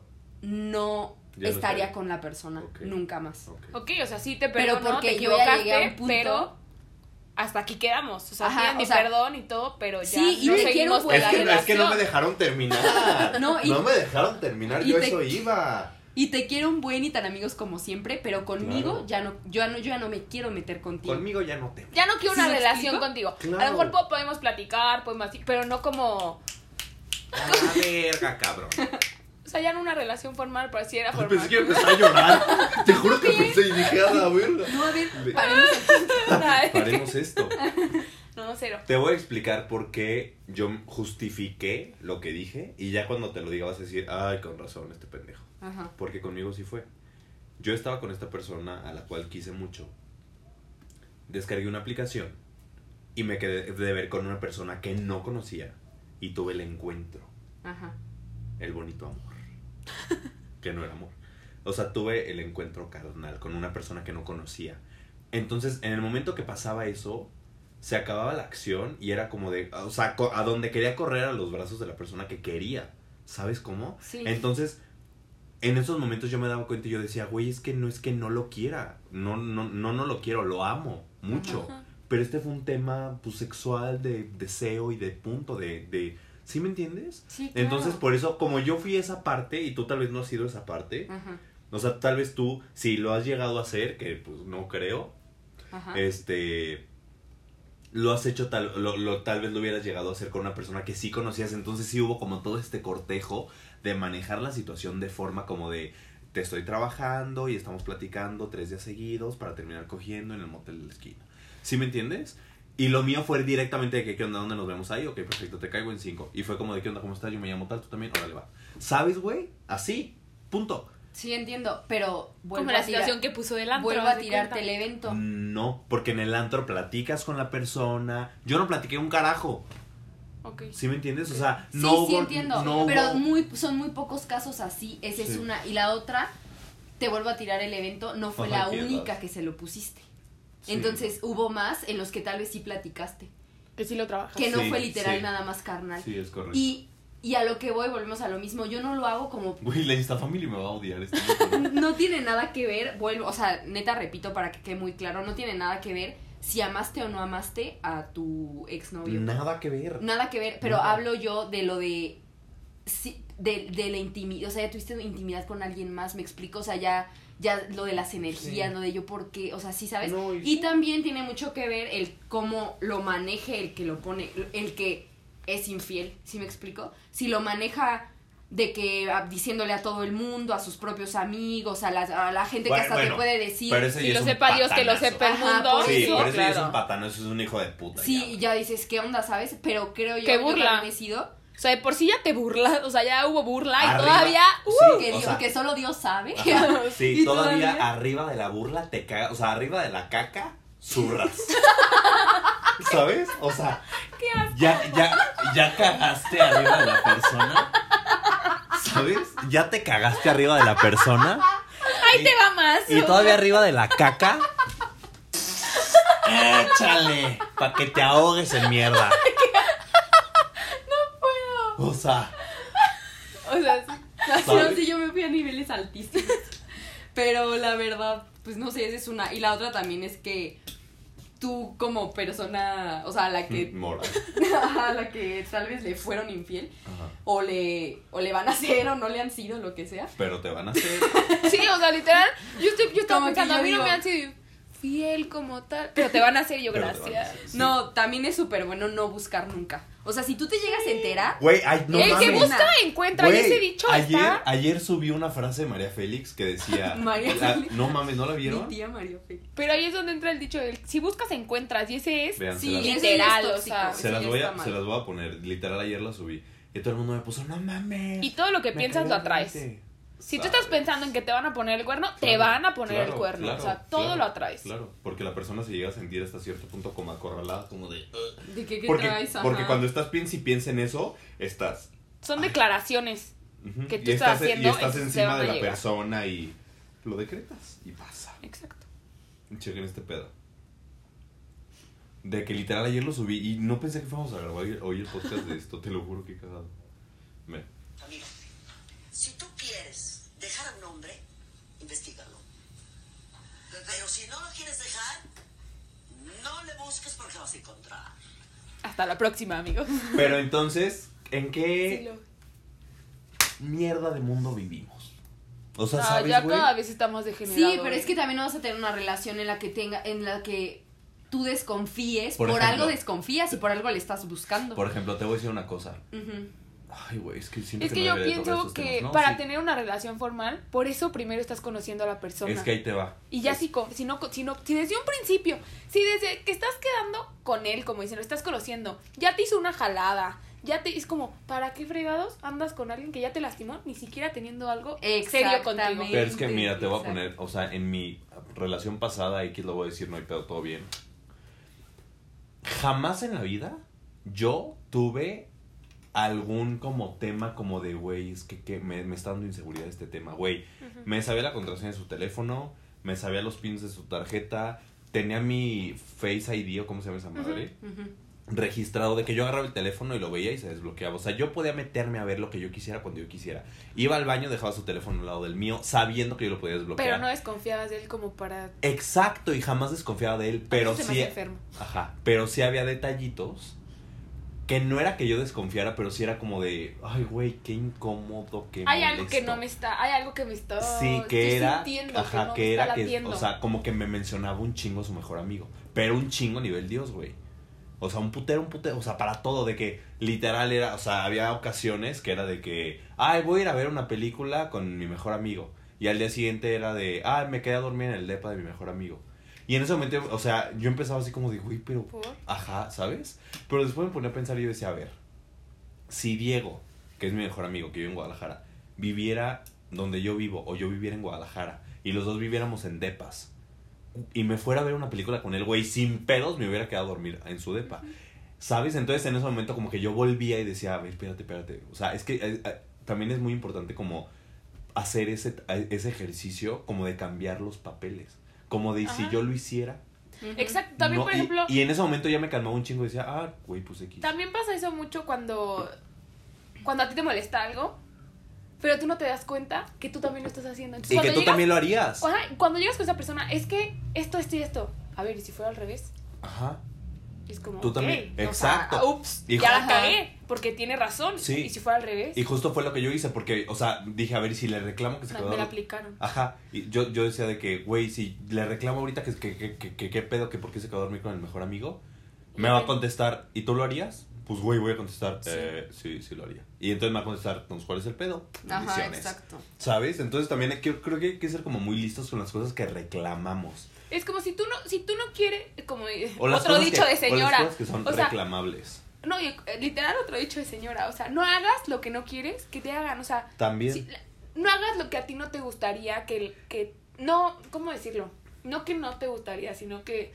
no Ya no estaría estaría. con la persona, Ok. nunca más. Ok. Ok, o sea, sí te Pero perdono, porque te yo ya equivocaste, llegué a un punto- pero hasta aquí quedamos. O sea, Ajá, tienes o mi sea, perdón y todo, pero ya sí, y no te seguimos quiero con pues, Es la que, no, es que no me relación. dejaron terminar. No, y- no me dejaron terminar, y yo te- eso iba. Y te quiero un buen y tan amigos como siempre, pero conmigo Claro. ya no, yo ya no, yo ya no me quiero meter contigo. Conmigo ya no te... Ya no quiero ¿Sí una me relación explico? contigo. A Claro. lo mejor po- podemos platicar, podemos así, pero no como... A la verga, cabrón. O sea, ya no una relación formal, pero sí era Ay, formal. pensé que iba a empezar a llorar. Te juro que pensé y dije, a la verga. No, a ver, Le- paremos aquí. Ay, Paremos esto. No, cero. Te voy a explicar por qué yo justifiqué lo que dije y ya cuando te lo diga vas a decir, ay, con razón, este pendejo. Ajá. Porque conmigo sí fue. Yo estaba con esta persona a la cual quise mucho. Descargué una aplicación y me quedé de ver con una persona que no conocía y tuve el encuentro, Ajá. el bonito amor, que no era amor. O sea, tuve el encuentro carnal con una persona que no conocía. Entonces, en el momento que pasaba eso, se acababa la acción y era como de, o sea, co- a donde quería correr a los brazos de la persona que quería. ¿Sabes cómo? Sí. Entonces, en esos momentos yo me daba cuenta y yo decía, güey, es que no es que no lo quiera. No, no, no, no lo quiero, lo amo mucho. Ajá. Pero este fue un tema, pues, sexual, de deseo y de punto, de, de... ¿Sí me entiendes? Sí, claro. Entonces, por eso, como yo fui esa parte y tú tal vez no has sido esa parte, Ajá. o sea, tal vez tú, si lo has llegado a hacer, que pues no creo, Ajá. este... Lo has hecho tal, lo, lo, tal vez lo hubieras llegado a hacer con una persona que sí conocías, entonces sí hubo como todo este cortejo de manejar la situación de forma como de te estoy trabajando y estamos platicando tres días seguidos para terminar cogiendo en el motel de la esquina. ¿Sí me entiendes? Y lo mío fue directamente de que, ¿qué onda? ¿Dónde nos vemos ahí? Ok, perfecto, te caigo en cinco. Y fue como de, ¿qué onda? ¿Cómo estás? Yo me llamo tal, tú también, órale, va. ¿Sabes, güey? Así, punto. Sí, entiendo, pero vuelvo Como la a tirar, situación que puso del antro. vuelvo haz a de tirarte cuenta. el evento. No, porque en el antro platicas con la persona. Yo no platiqué un carajo. Ok. ¿Sí me entiendes? O sea, Sí, no sí hubo, entiendo, no pero hubo- muy, son muy pocos casos así, esa Sí. es una. Y la otra, te vuelvo a tirar el evento, no fue Ajá, la piedad. única que se lo pusiste. Sí. Entonces hubo más en los que tal vez sí platicaste, Que sí lo trabajas. que no Sí, fue literal sí. nada más carnal. Sí, es correcto. Y, y a lo que voy, volvemos a lo mismo, yo no lo hago como... Güey, la Instafamily me va a odiar. Esto No tiene nada que ver, vuelvo, o sea, neta repito para que quede muy claro, no tiene nada que ver si amaste o no amaste a tu exnovio. Nada que ver. Nada que ver, pero Nada. hablo yo de lo de, sí, de, de la intimidad, o sea, ya tuviste intimidad con alguien más, me explico, o sea, ya, ya lo de las energías, Sí. lo de yo por qué, o sea, sí, ¿sabes? No, y y sí. también tiene mucho que ver el cómo lo maneje el que lo pone, el que es infiel, ¿sí me explico? Si lo maneja de que ah, diciéndole a todo el mundo, a sus propios amigos, a la, a la gente Bueno, que hasta bueno, te puede decir. pero ese Si ya lo es un sepa Dios, que lo patanazo. sepa el Ajá, mundo. por Sí, eso, pero ese ya es claro. un patano, eso es un hijo de puta. Sí, ya, y ya dices, ¿qué onda, sabes? Pero creo yo, Qué yo burla. también he sido, O sea, de por sí ya te burlas, o sea, ya hubo burla y Arriba. todavía... Sí, que, o Dios- sea, que solo Dios sabe. ajá, sí, Y todavía, todavía- arriba de la burla te cagas, o sea, arriba de la caca, zurras. ¿Sabes? O sea, ya, ya, ya cagaste arriba de la persona. ¿Sabes? Ya te cagaste arriba de la persona. ¡Ahí y, te va más! Y todavía arriba de la caca. Échale, para que te ahogues en mierda. No puedo. O sea, O sea, sí. ¿sabes? No, sí, yo me fui a niveles altísimos. Pero la verdad, pues no sé, esa es una. Y la otra también es que tú como persona, o sea, a la que, moral. a la que tal vez le fueron infiel, Ajá. o le, o le van a hacer o no le han sido, lo que sea. Pero te van a hacer. Sí, o sea, literal, yo, estoy, yo estaba Como que pensando, yo a mí no digo- me han sido fiel como tal, pero te van a hacer yo, Pero te van a gracias. hacer, sí. No, también es súper bueno no buscar nunca. O sea, si tú te llegas a enterar, Güey, ay, no el que mames. busca encuentra, y Güey, ese dicho ayer, está... ayer subí una frase de María Félix que decía. María la- Félix. No mames, ¿no la mi vieron? tía María Félix. Pero ahí es donde entra el dicho, el, si buscas encuentras, y ese es... Vean, Sí, se las, eso ya es Literal, o tóxico, sea, eso se, las ya voy está a, mal. se las voy a poner. Literal, ayer la subí. Y todo el mundo me puso, no mames. Y todo lo que me piensas cagué lo de atraes. veinte". Si tú ¿Sabes? estás pensando en que te van a poner el cuerno, te Claro, van a poner claro, el cuerno. claro, o sea, todo claro, lo atraes. Claro, porque la persona se llega a sentir hasta cierto punto como acorralada, como de. "Ugh". ¿De qué, qué Porque, traes? Ajá. porque cuando estás piensa y piensa en eso, estás. Son declaraciones. ujú, Que tú y estás estás, haciendo, y estás es- te encima van a de la llegar. persona y lo decretas y pasa. Exacto. Chequen este pedo. De que literal ayer lo subí y no pensé que fuéramos a grabar hoy- hoy el podcast de esto, te lo juro que he cagado. Ve. Amigo, si tú quieres dejar a un hombre, investígalo. Pero si no lo quieres dejar, no le busques porque lo vas a encontrar. Hasta la próxima, amigos. Pero entonces, ¿en qué Sí, lo- mierda de mundo vivimos? O sea, No, ¿sabes, ya güey? cada vez estamos degenerados. Sí, pero es que también no vas a tener una relación en la que tenga, en la que tú desconfíes, por, Por ejemplo. algo desconfías y por algo le estás buscando. Por ejemplo, te voy a decir una cosa. Ujú. Ay, güey, es que siento Es que, que no yo debería tocar pienso estos que temas. No, para sí. tener una relación formal, por eso primero estás conociendo a la persona. Es que ahí te va. Y ya Es- si, co- si no, si no, si desde un principio, si desde que estás quedando con él, como dicen, lo estás conociendo, ya te hizo una jalada, ya te, es como, ¿para qué fregados andas con alguien que ya te lastimó, ni siquiera teniendo algo serio contigo? Exactamente. Pero es que mira, te voy a Exacto. poner, o sea, en mi relación pasada, X lo voy a decir, no hay pedo, todo bien. Jamás en la vida yo tuve algún como tema como de, güey, es que, que me, me está dando inseguridad este tema, güey. Me sabía la contraseña de su teléfono, me sabía los pins de su tarjeta, tenía mi Face I D o cómo se llama esa madre, Ujú. registrado de que yo agarraba el teléfono y lo veía y se desbloqueaba. O sea, yo podía meterme a ver lo que yo quisiera cuando yo quisiera. Iba al baño, dejaba su teléfono al lado del mío, sabiendo que yo lo podía desbloquear. Pero no desconfiabas de él como para... Exacto, y jamás desconfiaba de él, pero A mí se me sí. hace enfermo. Ajá, pero sí había detallitos que no era que yo desconfiara, pero sí era como de, ay, güey, qué incómodo, qué Hay algo que molesto". no me está, hay algo que me está... Sí, que estoy era, sintiendo, ajá, que, no que me está era que, latiendo. o sea, como que me mencionaba un chingo a su mejor amigo, pero un chingo a nivel Dios, güey. O sea, un putero, un putero, o sea, para todo, de que literal era, o sea, había ocasiones que era de que, ay, voy a ir a ver una película con mi mejor amigo. Y al día siguiente era de, ay, me quedé a dormir en el depa de mi mejor amigo. Y en ese momento, o sea, yo empezaba así como de, güey, pero, ¿Por? ajá, ¿sabes? Pero después me ponía a pensar y yo decía, a ver, si Diego, que es mi mejor amigo, que vive en Guadalajara, viviera donde yo vivo, o yo viviera en Guadalajara, y los dos viviéramos en depas, y me fuera a ver una película con él, güey, sin pedos me hubiera quedado a dormir en su depa. ¿Sabes? Entonces en ese momento como que yo volvía y decía, a ver, espérate, espérate. O sea, es que eh, eh, también es muy importante como hacer ese, eh, ese ejercicio como de cambiar los papeles. Como de si Ajá. yo lo hiciera. Ujú. Exacto, también no, por y- ejemplo... Y, en ese momento ya me calmaba un chingo y decía, ah, güey, pues X. También pasa eso mucho cuando cuando a ti te molesta algo, pero tú no te das cuenta que tú también lo estás haciendo. Entonces, Y que cuando tú llegas, también lo harías. Ajá, cuando llegas con esa persona, es que esto, esto y esto. A ver, ¿y si fuera al revés? Ajá. Y es como, Tú ok, también, o sea, exacto. ups, Y ya la ajá. cagué, porque tiene razón. Sí. Y si fuera al revés, Y justo fue lo que yo hice, porque, o sea, dije, a ver, y si le reclamo que se me, quedó... me la aplicaron. Ajá, y yo, yo decía de que, güey, si le reclamo ahorita que, que, que, que, que qué pedo, que por qué se quedó a dormir con el mejor amigo, me va a contestar, ¿y tú lo harías? pues, güey, voy a contestar, sí. Eh, sí, sí lo haría. Y entonces me va a contestar, entonces, ¿cuál es el pedo? Ajá, Bendiciones. exacto. ¿Sabes? Entonces también hay que, creo que hay que ser como muy listos con las cosas que reclamamos. Es como si tú no, si tú no quieres, como O las otro cosas dicho que, de señora. O las cosas que son o sea, reclamables. No, y, eh, literal otro dicho de señora. O sea, no hagas lo que no quieres que te hagan. O sea, También. si, no hagas lo que a ti no te gustaría que, que... No, ¿cómo decirlo? No que no te gustaría, sino que...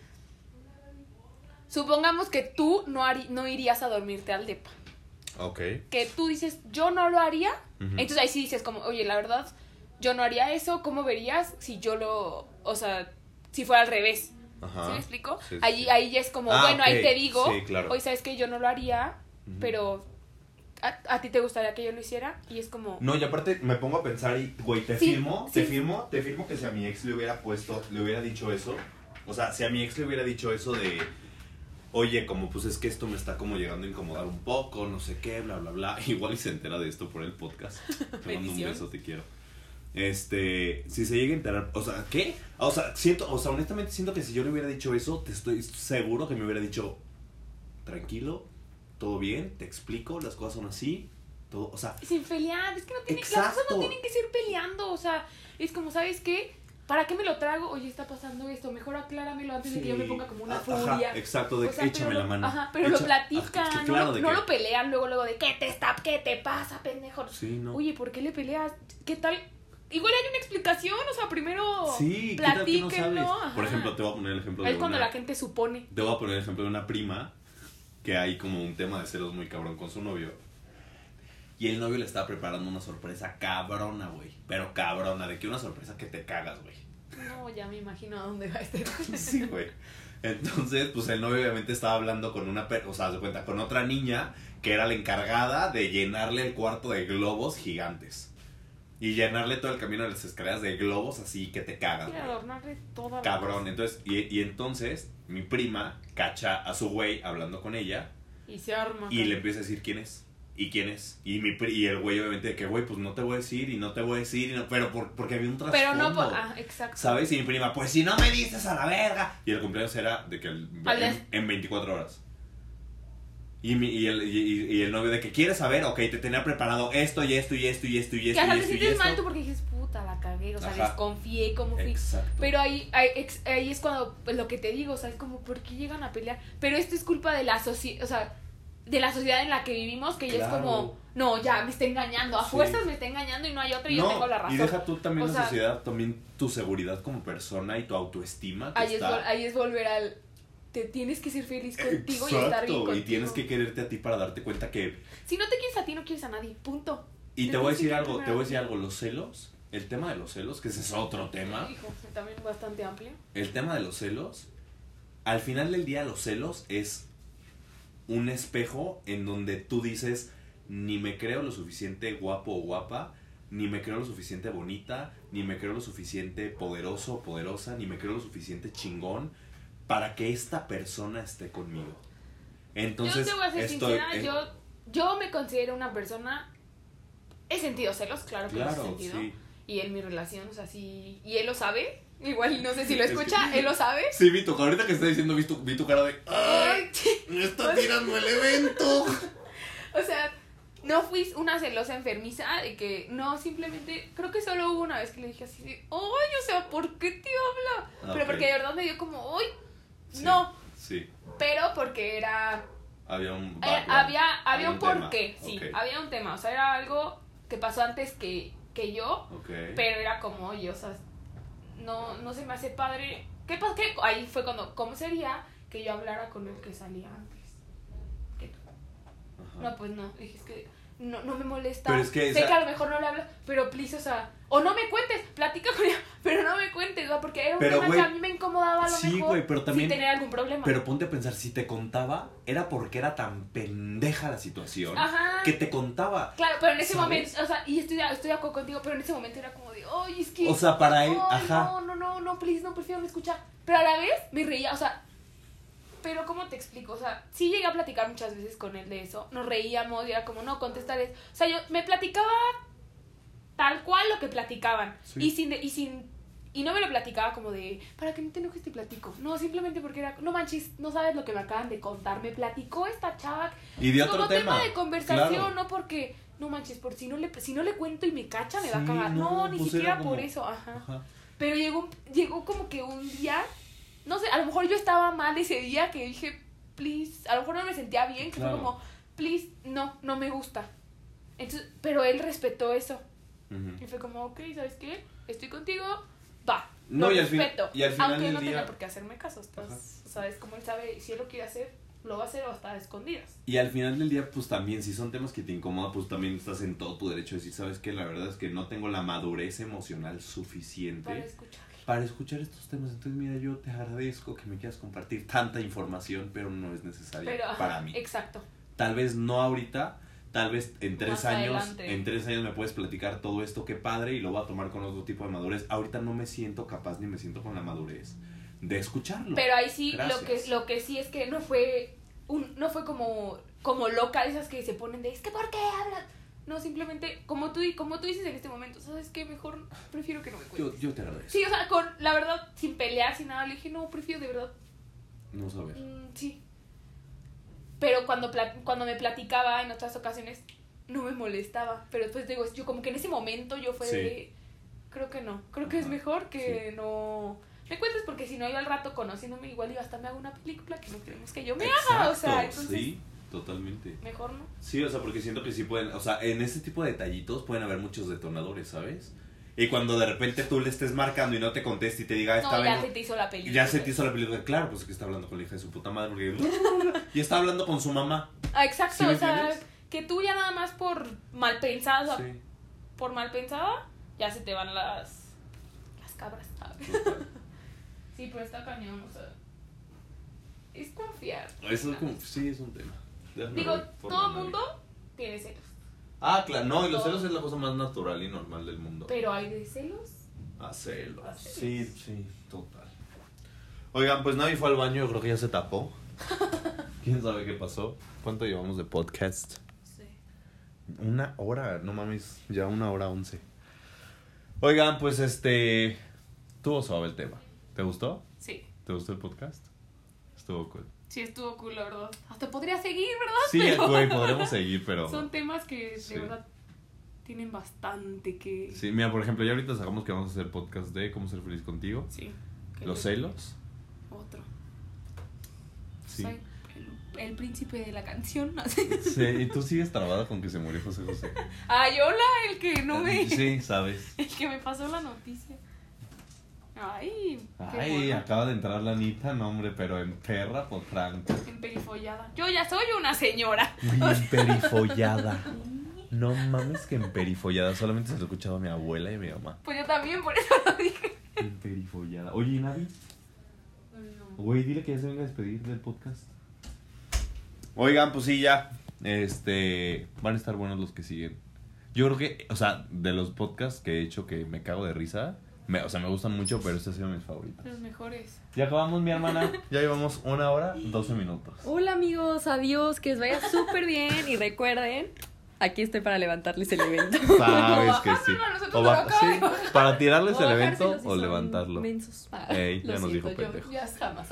Supongamos que tú no, harí, no irías a dormirte al depa. Ok. Que tú dices, yo no lo haría. Uh-huh. Entonces ahí sí dices como, oye, la verdad, yo no haría eso. ¿Cómo verías si yo lo... O sea, si fuera al revés? Ajá. ¿Sí me explico? Sí, sí, ahí, sí. ahí ya es como, Ah, bueno, okay. ahí te digo, sí, claro. oye, ¿sabes qué? Yo no lo haría, Uh-huh. pero ¿a, ¿a ti te gustaría que yo lo hiciera? Y es como... No, y aparte me pongo a pensar y, güey, te Sí, firmo, sí. te firmo, te firmo que si a mi ex le hubiera puesto, le hubiera dicho eso, o sea, si a mi ex le hubiera dicho eso de, oye, como pues es que esto me está como llegando a incomodar un poco, no sé qué, bla, bla, bla, igual y se entera de esto por el podcast, te mando un Bendición. beso, te quiero. Este, si se llega a enterar, o sea, ¿qué? O sea, siento, o sea, honestamente siento que si yo le hubiera dicho eso, te estoy seguro que me hubiera dicho, tranquilo, todo bien, te explico, las cosas son así, todo, o sea, Sin pelear, es que no tiene, las Exacto. cosas no tienen que ser peleando, o sea, es como, ¿sabes qué? ¿Para qué me lo trago? Oye, está pasando esto, mejor acláramelo antes de que yo me ponga como una Ajá, furia. exacto, de O sea, échame pero la lo- mano. Ajá, pero Echa- lo platican, ah, que no, claro, lo, de no que- lo pelean luego, luego de ¿qué te está, qué te pasa, pendejo? Sí, no. Oye, ¿por qué le peleas? ¿Qué tal? Igual hay una explicación, o sea, primero Sí, ¿qué tal que no platíquenlo. sabes? Ajá. Por ejemplo, te voy a poner el ejemplo de Es cuando una, la gente supone. te voy a poner el ejemplo de una prima que hay como un tema de celos muy cabrón con su novio. Y el novio le estaba preparando una sorpresa cabrona, güey. Pero cabrona, de que una sorpresa que te cagas, güey. No, ya me imagino a dónde va este. Sí, güey. Entonces, pues el novio obviamente estaba hablando con una, per- o sea, se cuenta, con otra niña que era la encargada de llenarle el cuarto de globos gigantes. Y llenarle todo el camino de las escaleras de globos así que te cagas, Quiero güey. adornarle toda la Cabrón, casa. entonces, y, y entonces mi prima cacha a su güey hablando con ella Y se arma. y le empieza a decir quién es. ¿Y quién es? Y, mi, pri- y el güey obviamente de que, güey, pues no te voy a decir y no te voy a decir, y no, pero por, porque había un trasfondo. Pero no, por, ah, exacto. ¿Sabes? Y mi prima, pues si no me dices a la verga. Y el cumpleaños era de que el, Al en, des- en veinticuatro horas. Y, mi, y, el, y, y el novio de que quieres saber, ok, te tenía preparado esto y esto y esto y esto y Que esto hasta y te esto y sientes mal esto. tú porque dices, puta, la cagué, o sea, Ajá. desconfié, cómo fui. Exacto. Pero ahí, ahí, ex- ahí es cuando, pues, lo que te digo, o sea, es como, ¿por qué llegan a pelear? Pero esto es culpa de la sociedad, o sea, de la sociedad en la que vivimos, que ya Claro. es como, no, ya me está engañando, a Sí. fuerzas me está engañando y no hay otra y yo No, tengo la razón. y deja tú también O la sea, sociedad, también tu seguridad como persona y tu autoestima. Que Ahí es, está... vol- ahí es volver al, te tienes que ser feliz contigo y estar bien Exacto, contigo. y tienes que quererte a ti para darte cuenta que... Si no te quieres a ti, no quieres a nadie, punto. Y Te te voy a tienes que decir querer algo, te primero voy a a ti. decir algo, los celos, el tema de los celos, que ese es otro tema, Hijo, también bastante amplio. el tema de los celos, al final del día los celos es un espejo en donde tú dices, ni me creo lo suficiente guapo o guapa, ni me creo lo suficiente bonita, ni me creo lo suficiente poderoso o poderosa, ni me creo lo suficiente chingón para que esta persona esté conmigo. Entonces, yo te voy a ser estoy, sincera, eh, yo, yo me considero una persona, he sentido celos, claro que los he claro, sentido, sí. y en mi relación, o sea, sí, y él lo sabe, igual no sé si lo Es que- escucha, él lo sabe. Sí, vi tu, ahorita que estás diciendo, vi tu, vi tu cara de, ¡ay! ¡Me está tirando el evento! O sea, no fui una celosa enfermiza de que, no, simplemente, creo que solo hubo una vez que le dije así de, ¡ay, o sea, ¿por qué te habla? Ah, Pero ok. porque de verdad me dio como, ¡ay! Sí, No, Sí, pero porque era había un Eh, background, había, había había un un tema. porqué, sí, Ok. había un tema, o sea, era algo que pasó antes que, que yo, Ok. pero era como, oye, o sea, no, no se me hace padre, ¿qué pasa? ¿Qué? Ahí fue cuando, ¿cómo sería que yo hablara con el que salía antes? ¿Qué? Ajá. No, pues no, dije, es que no, no me molesta, Pero es que sé esa- que a lo mejor no le hablas, pero please, o sea, o no me cuentes, platica con ella, pero no me cuentes, o sea, porque era un Pero, tema güey, que a mí me incomodaba a lo sí, mejor, güey, pero también- sin tener algún problema. Pero ponte a pensar, si te contaba, era porque era tan pendeja la situación Ajá. que te contaba. Claro, pero en ese ¿Sabes? momento, o sea, y estoy, estoy de acuerdo contigo, pero en ese momento era como de, ay, es que... O sea, para él, ay, ajá. No, no, no, no, please, no, prefiero no escuchar. Pero a la vez me reía, o sea, pero ¿cómo te explico? O sea, sí llegué a platicar muchas veces con él de eso, nos reíamos y era como, no, contestar es... O sea, yo me platicaba tal cual lo que platicaban Sí. y sin... Y sin Y no me lo platicaba como de, para que no te enojes te platico. No, simplemente porque era, no manches, no sabes lo que me acaban de contar. Me platicó esta chava. Y de otro como tema. tema de conversación, claro. no porque, no manches, por si no le, si no le cuento y me cacha, me va a Sí, cagar. No, no, ni pues siquiera era como- por eso, ajá. Ajá. Pero llegó, llegó como que un día, no sé, a lo mejor yo estaba mal ese día que dije, please, a lo mejor no me sentía bien, que Claro. fue como, please, no, no me gusta. Entonces, pero él respetó eso. Ujú. Y fue como, ok, ¿sabes qué? Estoy contigo, va. No, lo y al fin- respeto. y al final aunque del no día- tenga por qué hacerme caso. Estás, sabes cómo él sabe, si él lo quiere hacer, lo va a hacer o hasta a escondidas. Y al final del día, pues también, si son temas que te incomodan, pues también estás en todo tu derecho de decir, ¿sabes qué? La verdad es que no tengo la madurez emocional suficiente Para escuchar. para escuchar estos temas. Entonces, mira, yo te agradezco que me quieras compartir tanta información, pero no es necesaria Pero, ajá, para mí. exacto. Tal vez no ahorita, tal vez en tres Más años, adelante. en tres años me puedes platicar todo esto, qué padre, y lo voy a tomar con otro tipo de madurez. Ahorita no me siento capaz ni me siento con la madurez de escucharlo. Pero ahí sí, Gracias. lo que, lo que sí es que no fue, un, no fue como, como loca, esas que se ponen de, es que ¿por qué hablas? No, simplemente, como tú, como tú dices en este momento, ¿sabes qué? Mejor prefiero que no me cuentes. Yo, yo te agradezco. Sí, o sea, con, la verdad, sin pelear, sin nada, le dije, no, prefiero de verdad. No saber. Mm, sí. Pero cuando, pla- cuando me platicaba en otras ocasiones, no me molestaba. Pero después digo, yo como que en ese momento yo fue Sí. de, creo que no. Creo que es Ajá, mejor que sí. no me cuentes porque si no yo al rato conociéndome igual y hasta me hago una película que no queremos que yo me Exacto, haga. O sea, entonces, sí, totalmente. mejor no. Sí, o sea, porque siento que sí pueden, o sea, en ese tipo de detallitos pueden haber muchos detonadores, ¿sabes? Y cuando de repente tú le estés marcando y no te conteste y te diga, está No, ya bien, se te hizo la película. ya se te hizo la película, claro, pues es que está hablando con la hija de su puta madre, porque y está hablando con su mamá. Ah, exacto, ¿Sí me o sea, entiendes? que tú ya nada más por mal pensada, Sí, por mal pensada, ya se te van las las cabras. total. Sí, pero está cañón, o sea, es confiar. Eso es como, sí, es un tema. Déjame Digo, ver por todo la nariz. mundo tiene celos, Ah, claro, no, y los Todo. celos es la cosa más natural y normal del mundo. pero hay de celos. A celos. A celos. Sí, sí, total. Oigan, pues nadie fue al baño, yo creo que ya se tapó. ¿Quién sabe qué pasó? ¿Cuánto llevamos de podcast? Sí. Una hora, no mames, ya una hora once. Oigan, pues este... Estuvo suave el tema. ¿Te gustó? Sí, ¿Te gustó el podcast? Estuvo cool. sí estuvo cool, la verdad. Hasta podría seguir, ¿verdad? Sí, Pero güey, podremos seguir, pero... son temas que de Sí. verdad tienen bastante que... Sí, mira, por ejemplo, ya ahorita sacamos que vamos a hacer podcast de cómo ser feliz contigo. Sí. que Los le- celos. Otro. Sí. Soy el, el príncipe de la canción. ¿no? Sí. Sí, y tú sigues trabada con que se murió José José. Ay, hola, el que no me... Sí, sabes. El que me pasó la noticia. Ay, qué Ay, mono. acaba de entrar la Anita, no hombre, pero en perra potranca. Emperifollada. Yo ya soy una señora. Muy emperifollada. No mames que emperifollada. Solamente se lo he escuchado a mi abuela y a mi mamá. Pues yo también, por eso lo dije. Emperifollada. Oye, ¿y Navi? Güey, dile que ya se venga a despedir del podcast. Oigan, pues sí, ya. Este. Van a estar buenos los que siguen. Yo creo que, o sea, de los podcasts que he hecho que me cago de risa. Me, o sea, me gustan mucho, pero este ha sido mis favoritos. Los mejores. Ya acabamos, mi hermana. Ya llevamos una hora, doce minutos. Hola amigos, adiós, que les vaya súper bien y recuerden, aquí estoy para levantarles el evento. Sabes que sí. bajárselo a nosotros O por ba- acá. sí, para tirarles O el bajárselos evento si o son levantarlo. mensos. Ah, Ey, lo ya nos dijo siento, yo- pendejo. Ya jamás.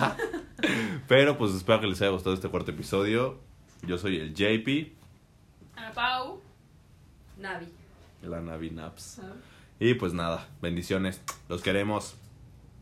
Pero pues espero que les haya gustado este cuarto episodio. Yo soy el J P, Ana Pau. Navi. la Navi Naps. Ah. Y pues nada, bendiciones. Los queremos.